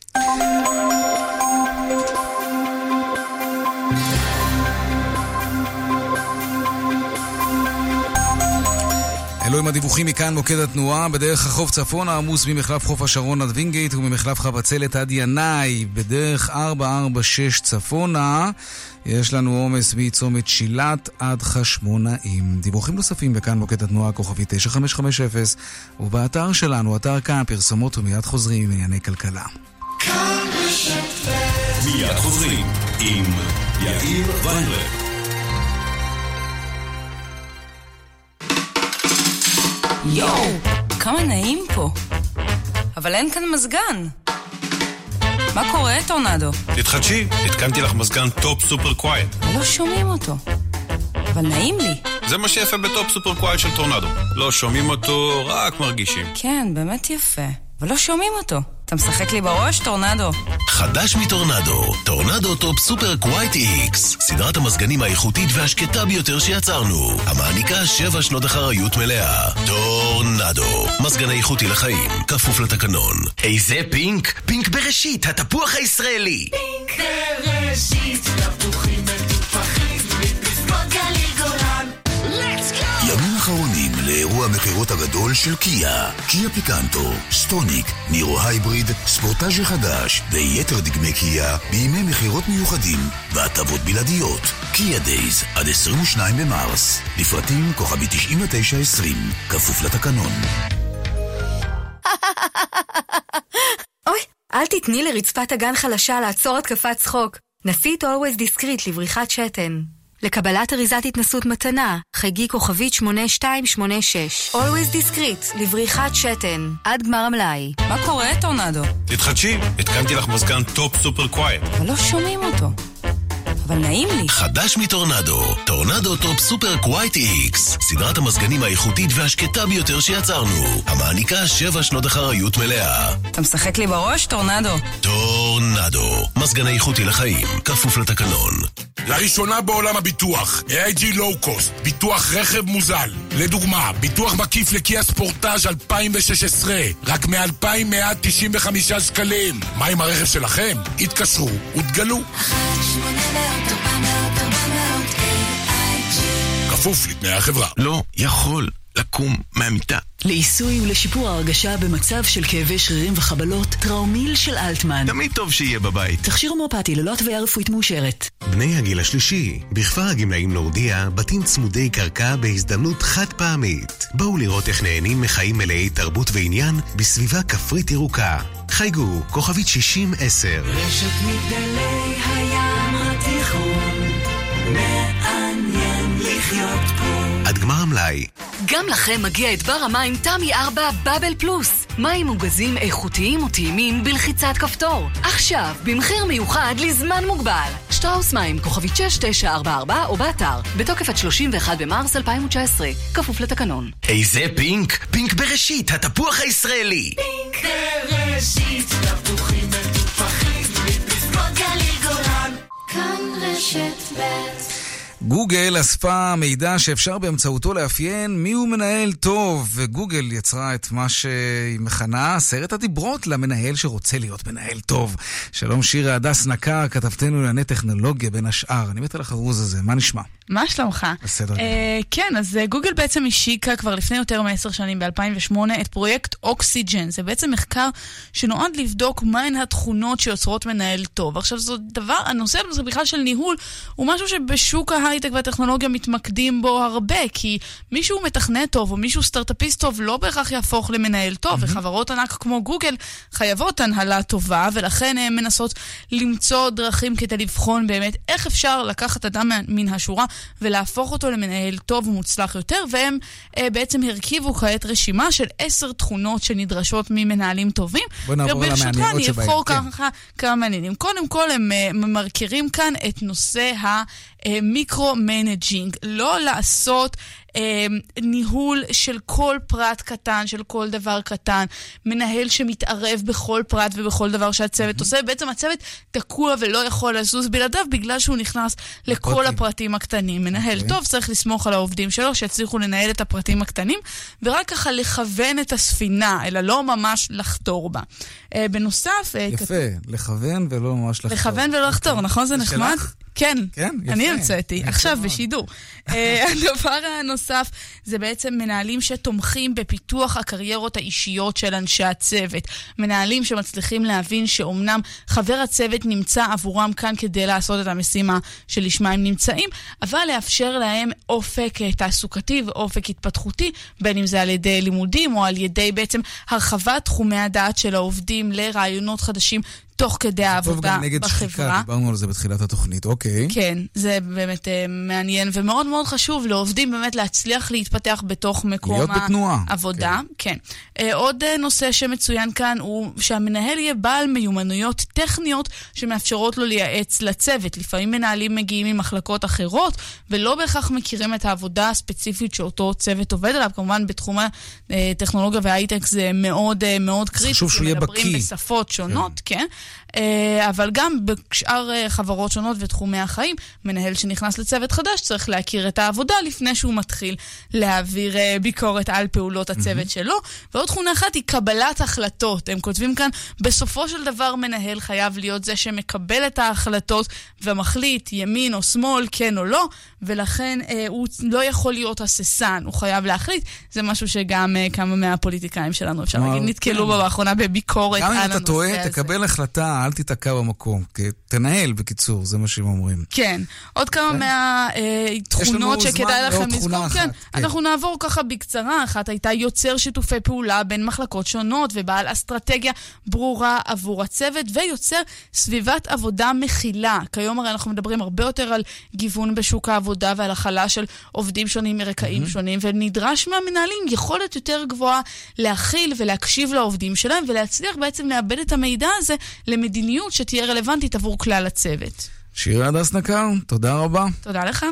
אלו עם הדיווחים מכאן מוקד התנועה. בדרך החוף צפון העמוס ממחלף חוף השרון עד וינגייט וממחלף חבצלת עד ינאי. בדרך 446 צפונה יש לנו עומס מצומת שילת עד חשמונאים. דיווחים נוספים בכאן מוקד התנועה כוכבי 9550 ובאתר שלנו, אתר כאן, פרסומות ומיד חוזרים עם ענייני כלכלה. מיד חוזרים עם יאיר ויינברג. יואו, כמה נעים פה. אבל אין כאן מזגן. מה קורה, טורנדו? תתחדשי, התקנתי לך מזגן טופ סופר קווייט. לא שומעים אותו. אבל נעים לי. זה מה שיפה בטופ סופר קווייט של טורנדו. לא שומעים אותו, רק מרגישים. כן, באמת יפה. אבל לא שומעים אותו. אתה משחק לי בראש, טורנדו? חדש מטורנדו, טורנדו טופ סופר קווייט איקס, סדרת המזגנים האיכותית והשקטה ביותר שיצרנו, המעניקה 7 שנות אחריות מלאה. טורנדו, מזגן איכותי לחיים, כפוף לתקנון. איזה פינק? פינק בראשית, התפוח הישראלי. פינק בראשית, תפוחים מטופחים, מפסקות גליל גולן. Let's go! ימים אחרונים לאירוע המכירות הגדול של קיה. קיה פיקנטו, סטוניק, נירו הייבריד, ספורטאז' החדש ויתר דגמי קיה בימי מכירות מיוחדים והטבות בלעדיות. קיה דייז עד 22 במרס. לפרטים כוכבי 9920, כפוף לתקנון. אוי, אל תתני לרצפת הגן חלשה לעצור התקפת צחוק. נסית Always Discreet לבריחת שתן. לקבלת אריזת התנסות מתנה, חגי כוכבית 8286. Always Discreet לבריחת שתן. עד גמר המלאי. מה קורה, טורנדו? תתחדשי, התקנתי לך מזגן טופ סופר קווייט. אבל לא שומעים אותו. אבל נעים לי. חדש מטורנדו, טורנדו טופ סופר קווייט איקס, סדרת המזגנים האיכותית והשקטה ביותר שיצרנו, המעניקה 7 שנות אחריות מלאה. אתה משחק לי בראש, טורנדו? טורנדו, מזגן איכותי לחיים, כפוף לתקנון. לראשונה בעולם הביטוח, AIG Low Cost, ביטוח רכב מוזל. לדוגמה, ביטוח מקיף לקיה ספורטאז' 2016, רק מ-2,195 שקלים. מה עם הרכב שלכם? התקשרו ותגלו. כפוף לתנאי החברה. לא יכול לקום מהמיטה. לעיסוי ולשיפור ההרגשה במצב של כאבי שרירים וחבלות, טראומיל של אלטמן. תמיד טוב שיהיה בבית. תכשיר הומאופתי ללא התוויה רפואית מאושרת. בני הגיל השלישי, בכפר הגמלאים להודיע, בתים צמודי קרקע בהזדמנות חד פעמית. בואו לראות איך נהנים מחיים מלאי תרבות ועניין בסביבה כפרית ירוקה. חייגו, כוכבית 6010. רשת מגדלי הים התיכון, מעניין לחיות עד גמר המלאי. גם לכם מגיע את בר המים תמי 4 בבל פלוס. מים מוגזים איכותיים וטעימים בלחיצת כפתור. עכשיו, במחיר מיוחד לזמן מוגבל. שטראוס מים, כוכבית 6944 או באתר. בתוקף עד 31 במרס 2019. כפוף לתקנון. איזה פינק? פינק בראשית, התפוח הישראלי. פינק בראשית, תפוחים מטופחים, מפסקות גליל גולן. כאן רשת ב'. גוגל אספה מידע שאפשר באמצעותו לאפיין מיהו מנהל טוב, וגוגל יצרה את מה שהיא מכנה 10 הדיברות למנהל שרוצה להיות מנהל טוב. שלום שירה הדס נקר, כתבתנו לענייני טכנולוגיה בין השאר. אני מת על החרוז הזה, מה נשמע? מה שלומך? בסדר. כן, אז גוגל בעצם השיקה כבר לפני יותר מ10 שנים, ב-2008, את פרויקט אוקסיג'ן. זה בעצם מחקר שנועד לבדוק מהן התכונות שיוצרות מנהל טוב. עכשיו, זה דבר, הנושא הזה בכלל של ניהול, הוא משהו שבשוק ההייטק והטכנולוגיה מתמקדים בו הרבה, כי מישהו מתכנת טוב או מישהו סטארט-אפיסט טוב לא בהכרח יהפוך למנהל טוב, וחברות ענק כמו גוגל חייבות הנהלה טובה, ולכן הן מנסות למצוא דרכים כדי לבחון באמת איך אפשר לקחת אדם מן השורה ולהפוך אותו למנהל טוב ומוצלח יותר, והם בעצם הרכיבו כעת רשימה של 10 תכונות שנדרשות ממנהלים טובים. בוא נעבור למעניינות שבהם. אני אבחור ככה כמה מעניינים. קודם כל הם ממרכירים כאן את נושא המיקרו-מנג'ינג. לא לעשות ניהול של כל פרט קטן, של כל דבר קטן, מנהל שמתערב בכל פרט ובכל דבר שהצוות עושה. בעצם הצוות תקוע ולא יכול לזוז בלעדיו בגלל שהוא נכנס לכל הפרטים הקטנים. מנהל טוב צריך לסמוך על העובדים שלו שיצליחו לנהל את הפרטים הקטנים, ורק ככה לכוון את הספינה, אלא לא ממש לחתור בה. בנוסף... יפה, לכוון ולא ממש לחתור. לכוון ולא לחתור, נכון? זה נחמד? כן, יפה. אני המצאתי, עכשיו בשידור. הדבר הנוסף זה בעצם מנהלים שתומכים בפיתוח הקריירות האישיות של אנשי הצוות. מנהלים שמצליחים להבין שאומנם חבר הצוות נמצא עבורם כאן כדי לעשות את המשימה שלשמה הם נמצאים, אבל לאפשר להם אופק תעסוקתי ואופק התפתחותי, בין אם זה על ידי לימודים או על ידי בעצם הרחבת תחומי הדעת של העובדים לרעיונות חדשים תוך כדי העבודה בחברה. דיברנו על זה בתחילת התוכנית, אוקיי. כן, זה באמת מעניין ומאוד מאוד חשוב לעובדים באמת להצליח להתפתח בתוך מקום העבודה. כן. עוד נושא שמצוין כאן הוא שהמנהל יהיה בעל מיומנויות טכניות שמאפשרות לו לייעץ לצוות. לפעמים מנהלים מגיעים ממחלקות אחרות ולא בהכרח מכירים את העבודה הספציפית שאותו צוות עובד עליו. כמובן בתחום הטכנולוגיה וההייטק זה מאוד מאוד קריטי. חשוב שהוא יהיה בקיא. מדברים בשפות שונות, כן. אבל גם בשאר חברות שונות ותחומי החיים, מנהל שנכנס לצוות חדש צריך להכיר את העבודה לפני שהוא מתחיל להעביר ביקורת על פעולות הצוות שלו. ועוד תכונה אחת היא קבלת החלטות. הם כותבים כאן, בסופו של דבר מנהל חייב להיות זה שמקבל את ההחלטות ומחליט ימין או שמאל, כן או לא, ולכן הוא לא יכול להיות הססן, הוא חייב להחליט. זה משהו שגם כמה מהפוליטיקאים שלנו אפשר להגיד נתקלו בו באחרונה בביקורת על הנושא הזה. גם אם אתה טועה, תקבל החלטה, אל תתעכב במקום. תנהל בקיצור, זה מה שהם אומרים. כן. עוד כמה מהתכונות שכדאי לכם לזכור. כן. אנחנו נעבור ככה בקצרה. אחת הייתה יוצר שיתופי פעולה בין מחלקות שונות ובעל אסטרטגיה ברורה עבור הצוות, ויוצר סביבת עבודה מכילה. כיום הרי אנחנו מדברים הרבה יותר על גיוון בשוק העבודה ועל החלה של עובדים שונים מרקעים שונים, ונדרש מהמנהלים יכולת יותר גבוהה להכיל ולהקשיב לעובדים שלהם, ולהצליח בעצם לאבד את המידע הזה למדיניות שתהיה רלוונטית עבור כלל הצוות. שירה הדס נקר, תודה רבה. תודה לך.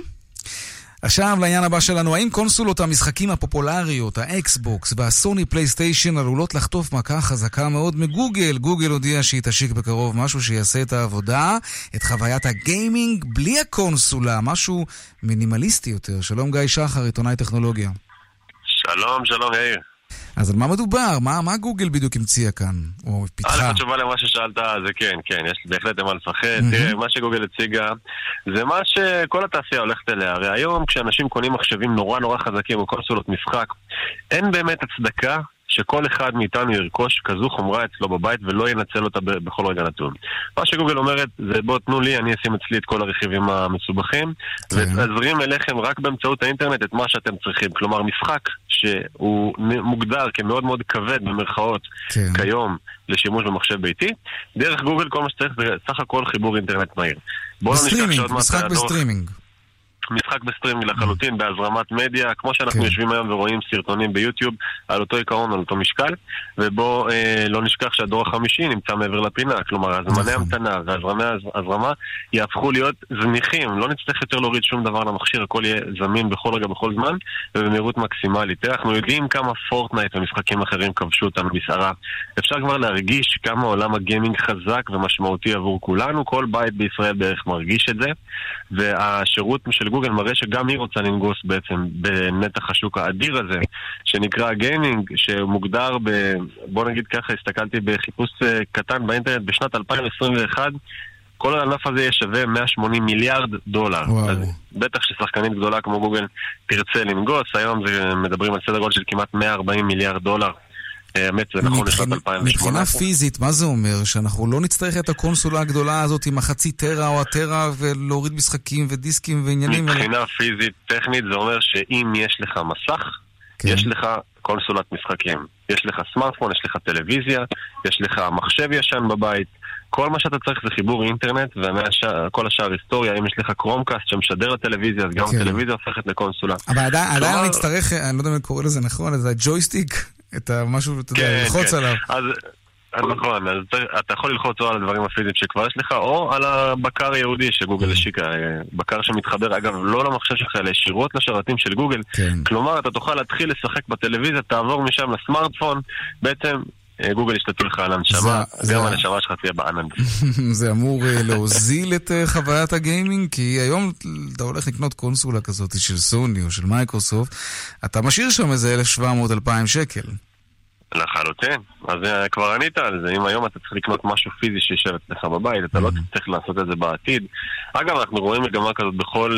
עכשיו לעניין הבא שלנו, האם קונסולות המשחקים הפופולריות, האקסבוקס והסוני פלייסטיישן עלולות לחטוף מכה חזקה מאוד מגוגל? גוגל הודיע שהיא תשיק בקרוב משהו שיעשה את העבודה, את חוויית הגיימינג בלי הקונסולה, משהו מינימליסטי יותר. שלום גיא שחר, עיתונאי טכנולוגיה. שלום יאיר. אז על מה מדובר? מה גוגל בדיוק המציאה כאן? או פיתחה? התשובה למה ששאלת זה כן, יש בהחלט מה לפחד. תראה, מה שגוגל הציגה זה מה שכל התעשייה הולכת אליה. הרי היום כשאנשים קונים מחשבים נורא חזקים או קונסולות משחק, אין באמת הצדקה שכל אחד מאיתנו ירכוש כזו חומרה אצלו בבית ולא ינצל אותה בכל רגע נתון. מה שגוגל אומרת זה בוא תנו לי, אני אשים אצלי את כל הרכיבים המסובכים ועזרים אליכם רק באמצעות האינטרנט את מה שאתם צריכים. כלומר משחק שהוא מוגדר כמאוד מאוד כבד במרכאות כיום לשימוש במחשב ביתי, דרך גוגל כל מה שצריך זה סך הכל חיבור אינטרנט מהיר. בסטרימינג, משחק בסטרימינג. משחק בסטרימינג לחלוטין, בהזרמת מדיה, כמו שאנחנו יושבים היום ורואים סרטונים ביוטיוב, על אותו עיקרון, על אותו משקל, ובו לא נשכח שהדור החמישי נמצא מעבר לפינה, כלומר, הזמני המתנה והזרמה יהפכו להיות זניחים, לא נצטרך יותר להוריד שום דבר למכשיר, הכל יהיה זמין בכל רגע, בכל זמן, ובמהירות מקסימלית. אנחנו יודעים כמה פורטנייט ומשחקים אחרים כבשו אותנו בסערה. אפשר כבר להרגיש כמה עולם הגיימינג חזק ומשמעותי עבור כולנו, כל בית בישראל בערך מרגיש את זה, והשירות של גוגל מראה שגם היא רוצה לנגוס בעצם בנתח השוק האדיר הזה, שנקרא גיימינג, שמוגדר בוא נגיד ככה, הסתכלתי בחיפוש קטן באינטרנט בשנת 2021, כל הענף הזה יהיה שווה 180 מיליארד דולר. אז בטח ששחקנית גדולה כמו גוגל תרצה לנגוס, היום זה מדברים על סדר גודל של כמעט 140 מיליארד דולר. האמת, זה נכון לשנת 2018. מבחינה פיזית, מה זה אומר? שאנחנו לא נצטרך את הקונסולה הגדולה הזאת עם החצי טרה או הטרה ולהוריד משחקים ודיסקים ועניינים? מבחינה פיזית, טכנית, זה אומר שאם יש לך מסך, יש לך קונסולת משחקים. יש לך סמארטפון, יש לך טלוויזיה, יש לך מחשב ישן בבית. כל מה שאתה צריך זה חיבור אינטרנט, וכל השאר היסטוריה. אם יש לך קרומקאסט שמשדר לטלוויזיה, אז גם הטלוויזיה הופכת לקונסולה. אבל עדיין נצטרך, אני לא יודע אם קורא לזה נכון, זה הג'ויסטיק, את המשהו, אתה יודע, ללחוץ עליו. נכון, אז אתה יכול ללחוץ או על הדברים הפיזיים שכבר יש לך, או על הבקר היהודי שגוגל השיקה, בקר שמתחבר, אגב, לא למחשב שלך, אלא ישירות לשרתים של גוגל. כלומר, אתה תוכל להתחיל לשחק בטלוויזיה, תעבור משם לסמארטפון, בעצם גוגל ישתתו לך על הנשמה, גם הנשמה שלך תהיה בענן. זה אמור להוזיל את חוויית הגיימינג, כי היום אתה הולך לקנות קונסולה כזאת של סוני או של מייקרוסופט, אתה משאיר שם איזה 1,700-2,000 שקל. לחלוטין, אז כבר ענית על זה. אם היום אתה צריך לקנות משהו פיזי שישב אצלך בבית, אתה לא צריך לעשות את זה בעתיד. אגב, אנחנו רואים מגמה כזאת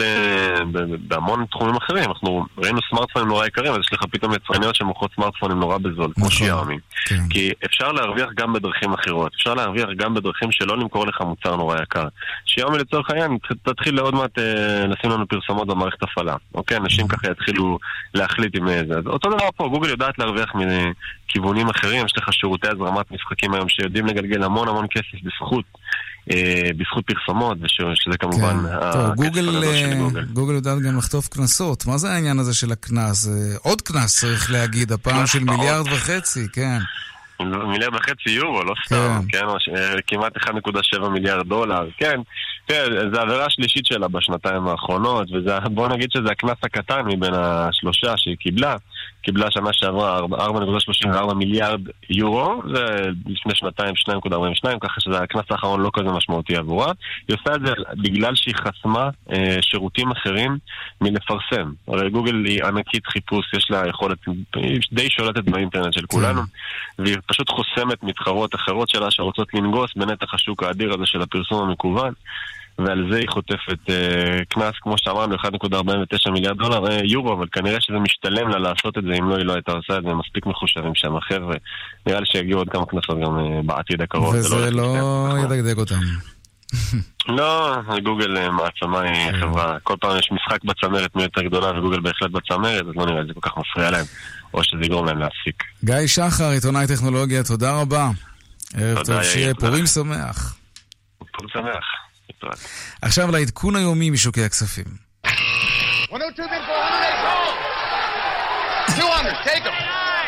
בהמון תחומים אחרים. אנחנו ראינו סמארטפונים נורא יקרים, אז יש לך פתאום יצרניות שמוכרות סמארטפונים נורא בזול, כמו שיאומי. כי אפשר להרוויח גם בדרכים אחרות, אפשר להרוויח גם בדרכים שלא למכור לך מוצר נורא יקר. שיאומי לצורך העניין, תתחיל לעוד מעט לשים לנו פרסומות במערכת הפעלה. אוקיי? אנשים ככה יתחילו להחליט עם זה. אותו דבר פה, גוגל יודעת להרוויח מכיוונים אחרים. יש לך שירותי הזרמת משחקים היום שיודעים לגלגל המון כסף בזכות פרסומות, ושזה כמובן גוגל יודעת גם לחטוף כנסות. מה זה העניין הזה של הכנס? עוד כנס צריך להגיד, הפעם של 1.5 מיליארד, כן. 1.5 מיליארד יורו, לא סתם, כן, כמעט 1.7 מיליארד דולר, כן. זה העבירה השלישית שלה בשנתיים האחרונות, ובוא נגיד שזה הכנס הקטן מבין השלושה שהיא קיבלה שנה שעברה 4.34 מיליארד יורו, זה לפני שנתיים 2.42, ככה שזה הכנס האחרון לא כזה משמעותי עבורה. היא עושה את זה בגלל שהיא חסמה שירותים אחרים מלפרסם. הרי גוגל היא ענקית חיפוש, יש לה יכולת, היא די שולטת באינטרנט של כולנו, והיא פשוט חוסמת מתחרות אחרות שלה שרוצות לנגוס בנתח השוק האדיר הזה של הפרסום המקוון, ועל זה היא חוטפת כנס, כמו שאמרנו, 1.49 מיליארד יורו, אבל כנראה שזה משתלם לה לעשות את זה, אם לא, היא לא הייתה עושה את זה, מספיק מחושבים שם, חבר'ה. נראה לי שיגיעו עוד כמה כנסות גם בעתיד הקרוב. וזה לא ידגדג אותם. לא, גוגל מעצמה היא חברה, כל פעם יש משחק בצמרת מי יותר גדולה, וגוגל בהחלט בצמרת, אז לא נראה, זה כל כך מפריע להם, או שזה יגרום להם להפסיק. גיא שחר, עיתונאי טכנולוגיה, תודה רבה. ערב טוב, שיהיה פורים שמח. פורים שמח. עכשיו לעדכון היומי משוקי הכספים. 102 200, take them.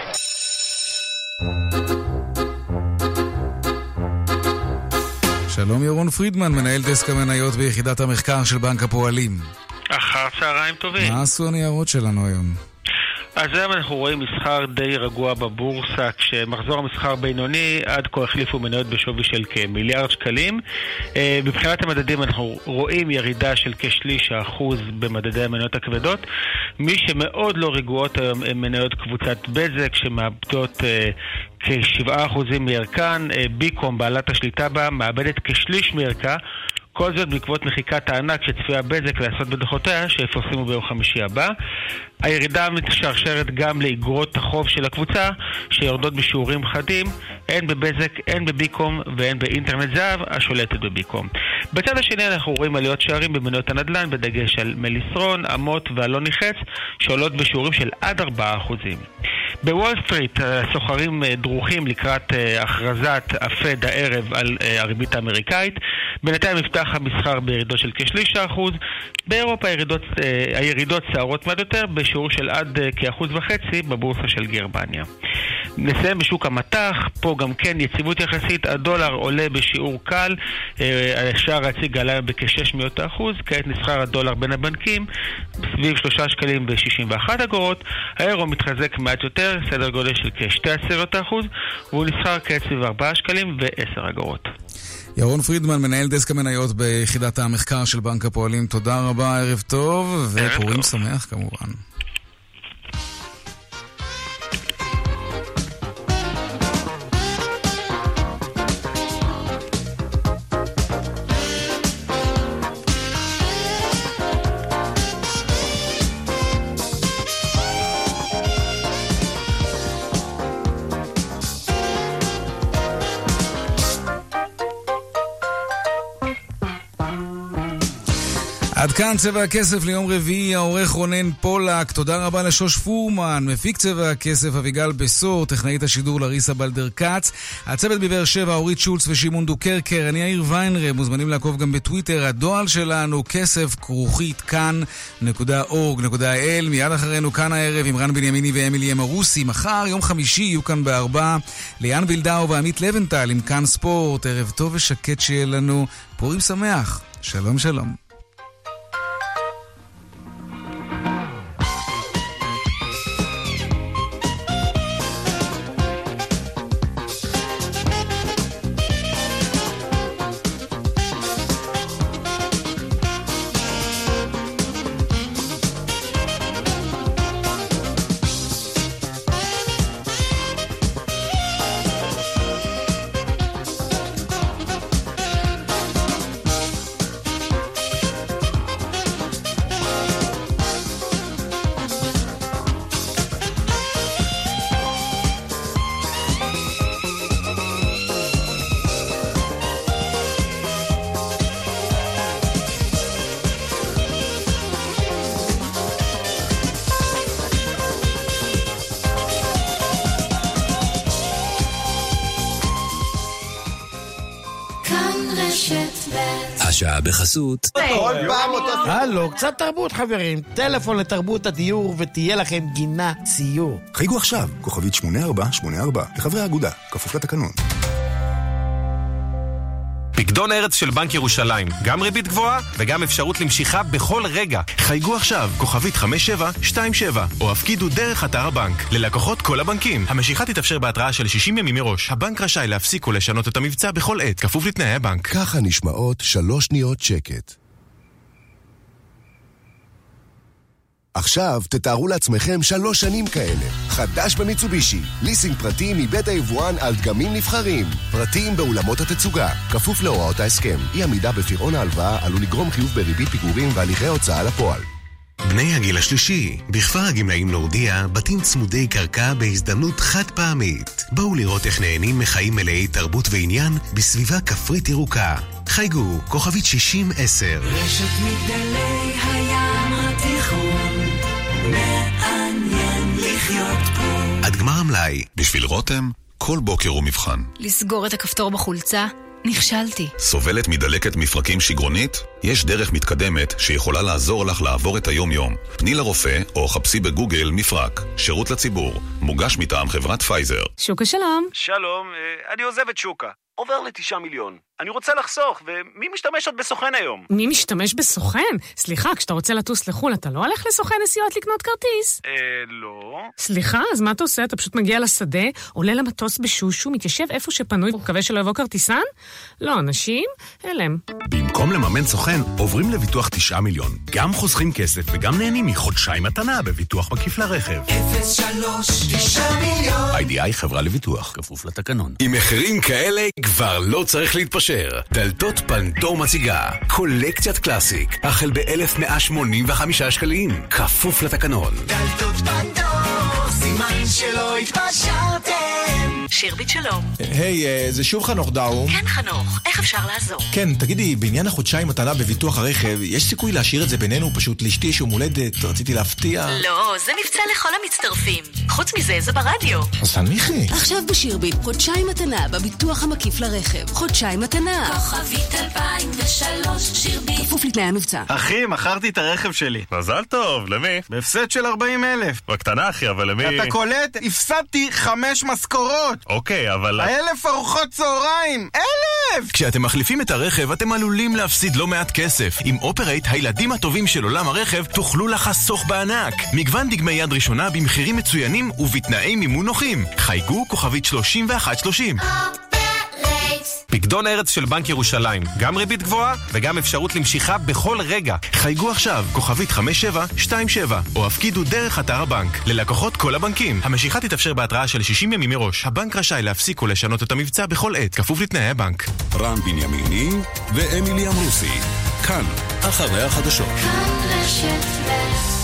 שלום ירון פרידמן, מנהל דסק המניות ביחידת המחקר של בנק הפועלים. אחר צהריים טובים. מה עשו הניירות שלנו היום? אז היום אנחנו רואים מסחר די רגוע בבורסה, כשמחזור המסחר בינוני עד כה החליפו מניות בשווי של כמיליארד שקלים. מבחינת המדדים אנחנו רואים ירידה של כ0.3% במדדי המניות הכבדות. מי שמאוד לא רגועות היום הם מניות קבוצת בזק שמאבדות כ7% מערכן. ביקום, בעלת השליטה בה, מאבדת כ1/3 מערכה. כל זאת בעקבות מחיקת הענק שצפויה בזק לעשות בדוחותיה שיפורסמו ביום חמישי הבא. הירידה מתשרשרת גם לאגרות החוב של הקבוצה שיורדות בשיעורים חדים, הן בבזק, הן בביקום והן באינטרנט זהב השולטת בביקום. בצד השני אנחנו רואים עליות שערים במניות הנדל"ן בדגש על מליסרון, אמות ואלון ניחץ שעולות בשיעורים של עד 4%. בוול סטריט הסוחרים דרוכים לקראת הכרזת הפד הערב על הריבית האמריקאית. בינתיים נפתח המסחר בירידות של כ0.3%. באירופה הירידות סערות מעט יותר בשיעור של עד כ1.5% בבורסה של גרמניה. נסיים בשוק המטח, פה גם כן יציבות יחסית, הדולר עולה בשיעור קל, השער הציג עלה בכ600%, כעת נסחר הדולר בין הבנקים סביב 3 שקלים ב61 אגורות, האירו מתחזק מעט יותר, סדר גודל של כ0.2%, והוא נסחר כעת סביב 4 שקלים ו10 אגורות. ירון פרידמן, מנהל דסק המניות ביחידת המחקר של בנק הפועלים, תודה רבה, ערב טוב, ופורים שמח כמובן. עד כאן צבע הכסף ליום רביעי, העורך רונן פולק, תודה רבה לשוש פורמן, מפיק צבע הכסף אביגל בסור, טכנאית השידור לריסה בלדר קץ, הצוות בבאר שבע אורית שולץ ושימון דוקרקר, אני יאיר ויינרב, מוזמנים לעקוב גם בטוויטר, הדואל שלנו כסף@כאן.org.il, מיד אחרינו כאן הערב עם רן בנימיני ואמילי אמרוסי, מחר יום חמישי יהיו כאן ב4 ליאן וילדאו ועמית לבנטל עם כאן ספורט, ערב טוב ושקט שיהיה לנו, פורים שמח, שלום שלום. השעה בחסות. כל פעם אותו... הלו, קצת תרבות חברים. טלפון לתרבות הדיור ותהיה לכם גינה ציור. חייגו עכשיו, כוכבית 8484, לחברי האגודה, כפוף לתקנון. פקדון ארץ של בנק ירושלים, גם ריבית גבוהה וגם אפשרות למשיכה בכל רגע. חייגו עכשיו, כוכבית 5727, או הפקידו דרך אתר הבנק. ללקוחות כל הבנקים. המשיכה תתאפשר בהתראה של 60 ימים מראש. הבנק רשאי להפסיק ולשנות את המבצע בכל עת, כפוף לתנאי הבנק. ככה נשמעות 3 שניות שקט. עכשיו תתארו לעצמכם 3 שנים כאלה. חדש במיצובישי, ליסינג פרטי מבית היבואן על דגמים נבחרים. פרטים באולמות התצוגה, כפוף להוראות ההסכם. אי עמידה בפירעון ההלוואה עלול לגרום חיוב בריבית פיגורים והליכי הוצאה לפועל. בני הגיל השלישי, בכפר הגמלאים להודיע, בתים צמודי קרקע בהזדמנות חד פעמית. בואו לראות איך נהנים מחיים מלאי תרבות ועניין בסביבה כפרית ירוקה. חייגו, כוכבית 6010. רשת מגדלי הים התיכון, מעניין לחיות פה. עד גמר המלאי. בשביל רותם, כל בוקר הוא מבחן. לסגור את הכפתור בחולצה? נכשלתי. סובלת מדלקת מפרקים שגרונית? יש דרך מתקדמת שיכולה לעזור לך לעבור את היום-יום. פני לרופא או חפשי בגוגל מפרק. שירות לציבור. מוגש מטעם חברת פייזר. שוקה שלום. שלום, אני עוזב את שוקה. עובר ל9 מיליון. אני רוצה לחסוך, ומי משתמש עוד בסוכן היום? מי משתמש בסוכן? סליחה, כשאתה רוצה לטוס לחול, אתה לא הולך לסוכן נסיעות לקנות כרטיס? לא. סליחה, אז מה אתה עושה? אתה פשוט מגיע לשדה, עולה למטוס בשושו, מתיישב איפה שפנוי, מקווה שלא יבוא כרטיסן? לא, אנשים, אלם. במקום לממן סוכן, עוברים לביטוח 9 מיליון. גם חוסכים כסף וגם נהנים מחודשיים מתנה בביטוח מקיף לרכב. 03-9 מיליון. IDI חברה לביטוח, כפוף לתקנון. עם מחירים כאלה כבר לא צריך להתפשר. דלתות פנדור מציגה קולקציית קלאסיק החל ב-1,185 שקלים, כפוף לתקנון. דלתות פנדור, סימן שלא התפשרתם. שירבית שלום. היי, זה שוב חנוך דאום. כן חנוך, איך אפשר לעזור? כן, תגידי, בעניין החודשיים מתנה בביטוח הרכב, יש סיכוי להשאיר את זה בינינו? פשוט לאשתי יש יום הולדת, רציתי להפתיע. לא, זה מבצע לכל המצטרפים. חוץ מזה, זה ברדיו. אז תנמיכי. עכשיו בשירבית, חודשיים מתנה בביטוח המקיף לרכב. חודשיים מתנה. כוכבית 2003, שירבית. כפוף לתנאי המבצע. אחי, מכרתי את הרכב שלי. מזל טוב, למי? בהפסד של 40,000. בקטנה אחי, אבל למי? אתה קולט? הפסדתי 5 משכורות. אוקיי, אבל... 1,000 ארוחות צהריים! 1,000! כשאתם מחליפים את הרכב, אתם עלולים להפסיד לא מעט כסף. עם אופרייט, הילדים הטובים של עולם הרכב, תוכלו לחסוך בענק. מגוון דגמי יד ראשונה במחירים מצוינים ובתנאי מימון נוחים. חייגו כוכבית 3130. פקדון ארץ של בנק ירושלים, גם ריבית גבוהה וגם אפשרות למשיכה בכל רגע. חייגו עכשיו, כוכבית 5727, או הפקידו דרך אתר הבנק. ללקוחות כל הבנקים. המשיכה תתאפשר בהתראה של 60 ימים מראש. הבנק רשאי להפסיק או לשנות את המבצע בכל עת, כפוף לתנאי הבנק. רן בנימיני ואמילי אמרוסי, כאן, אחרי החדשות. כאן רשת ב'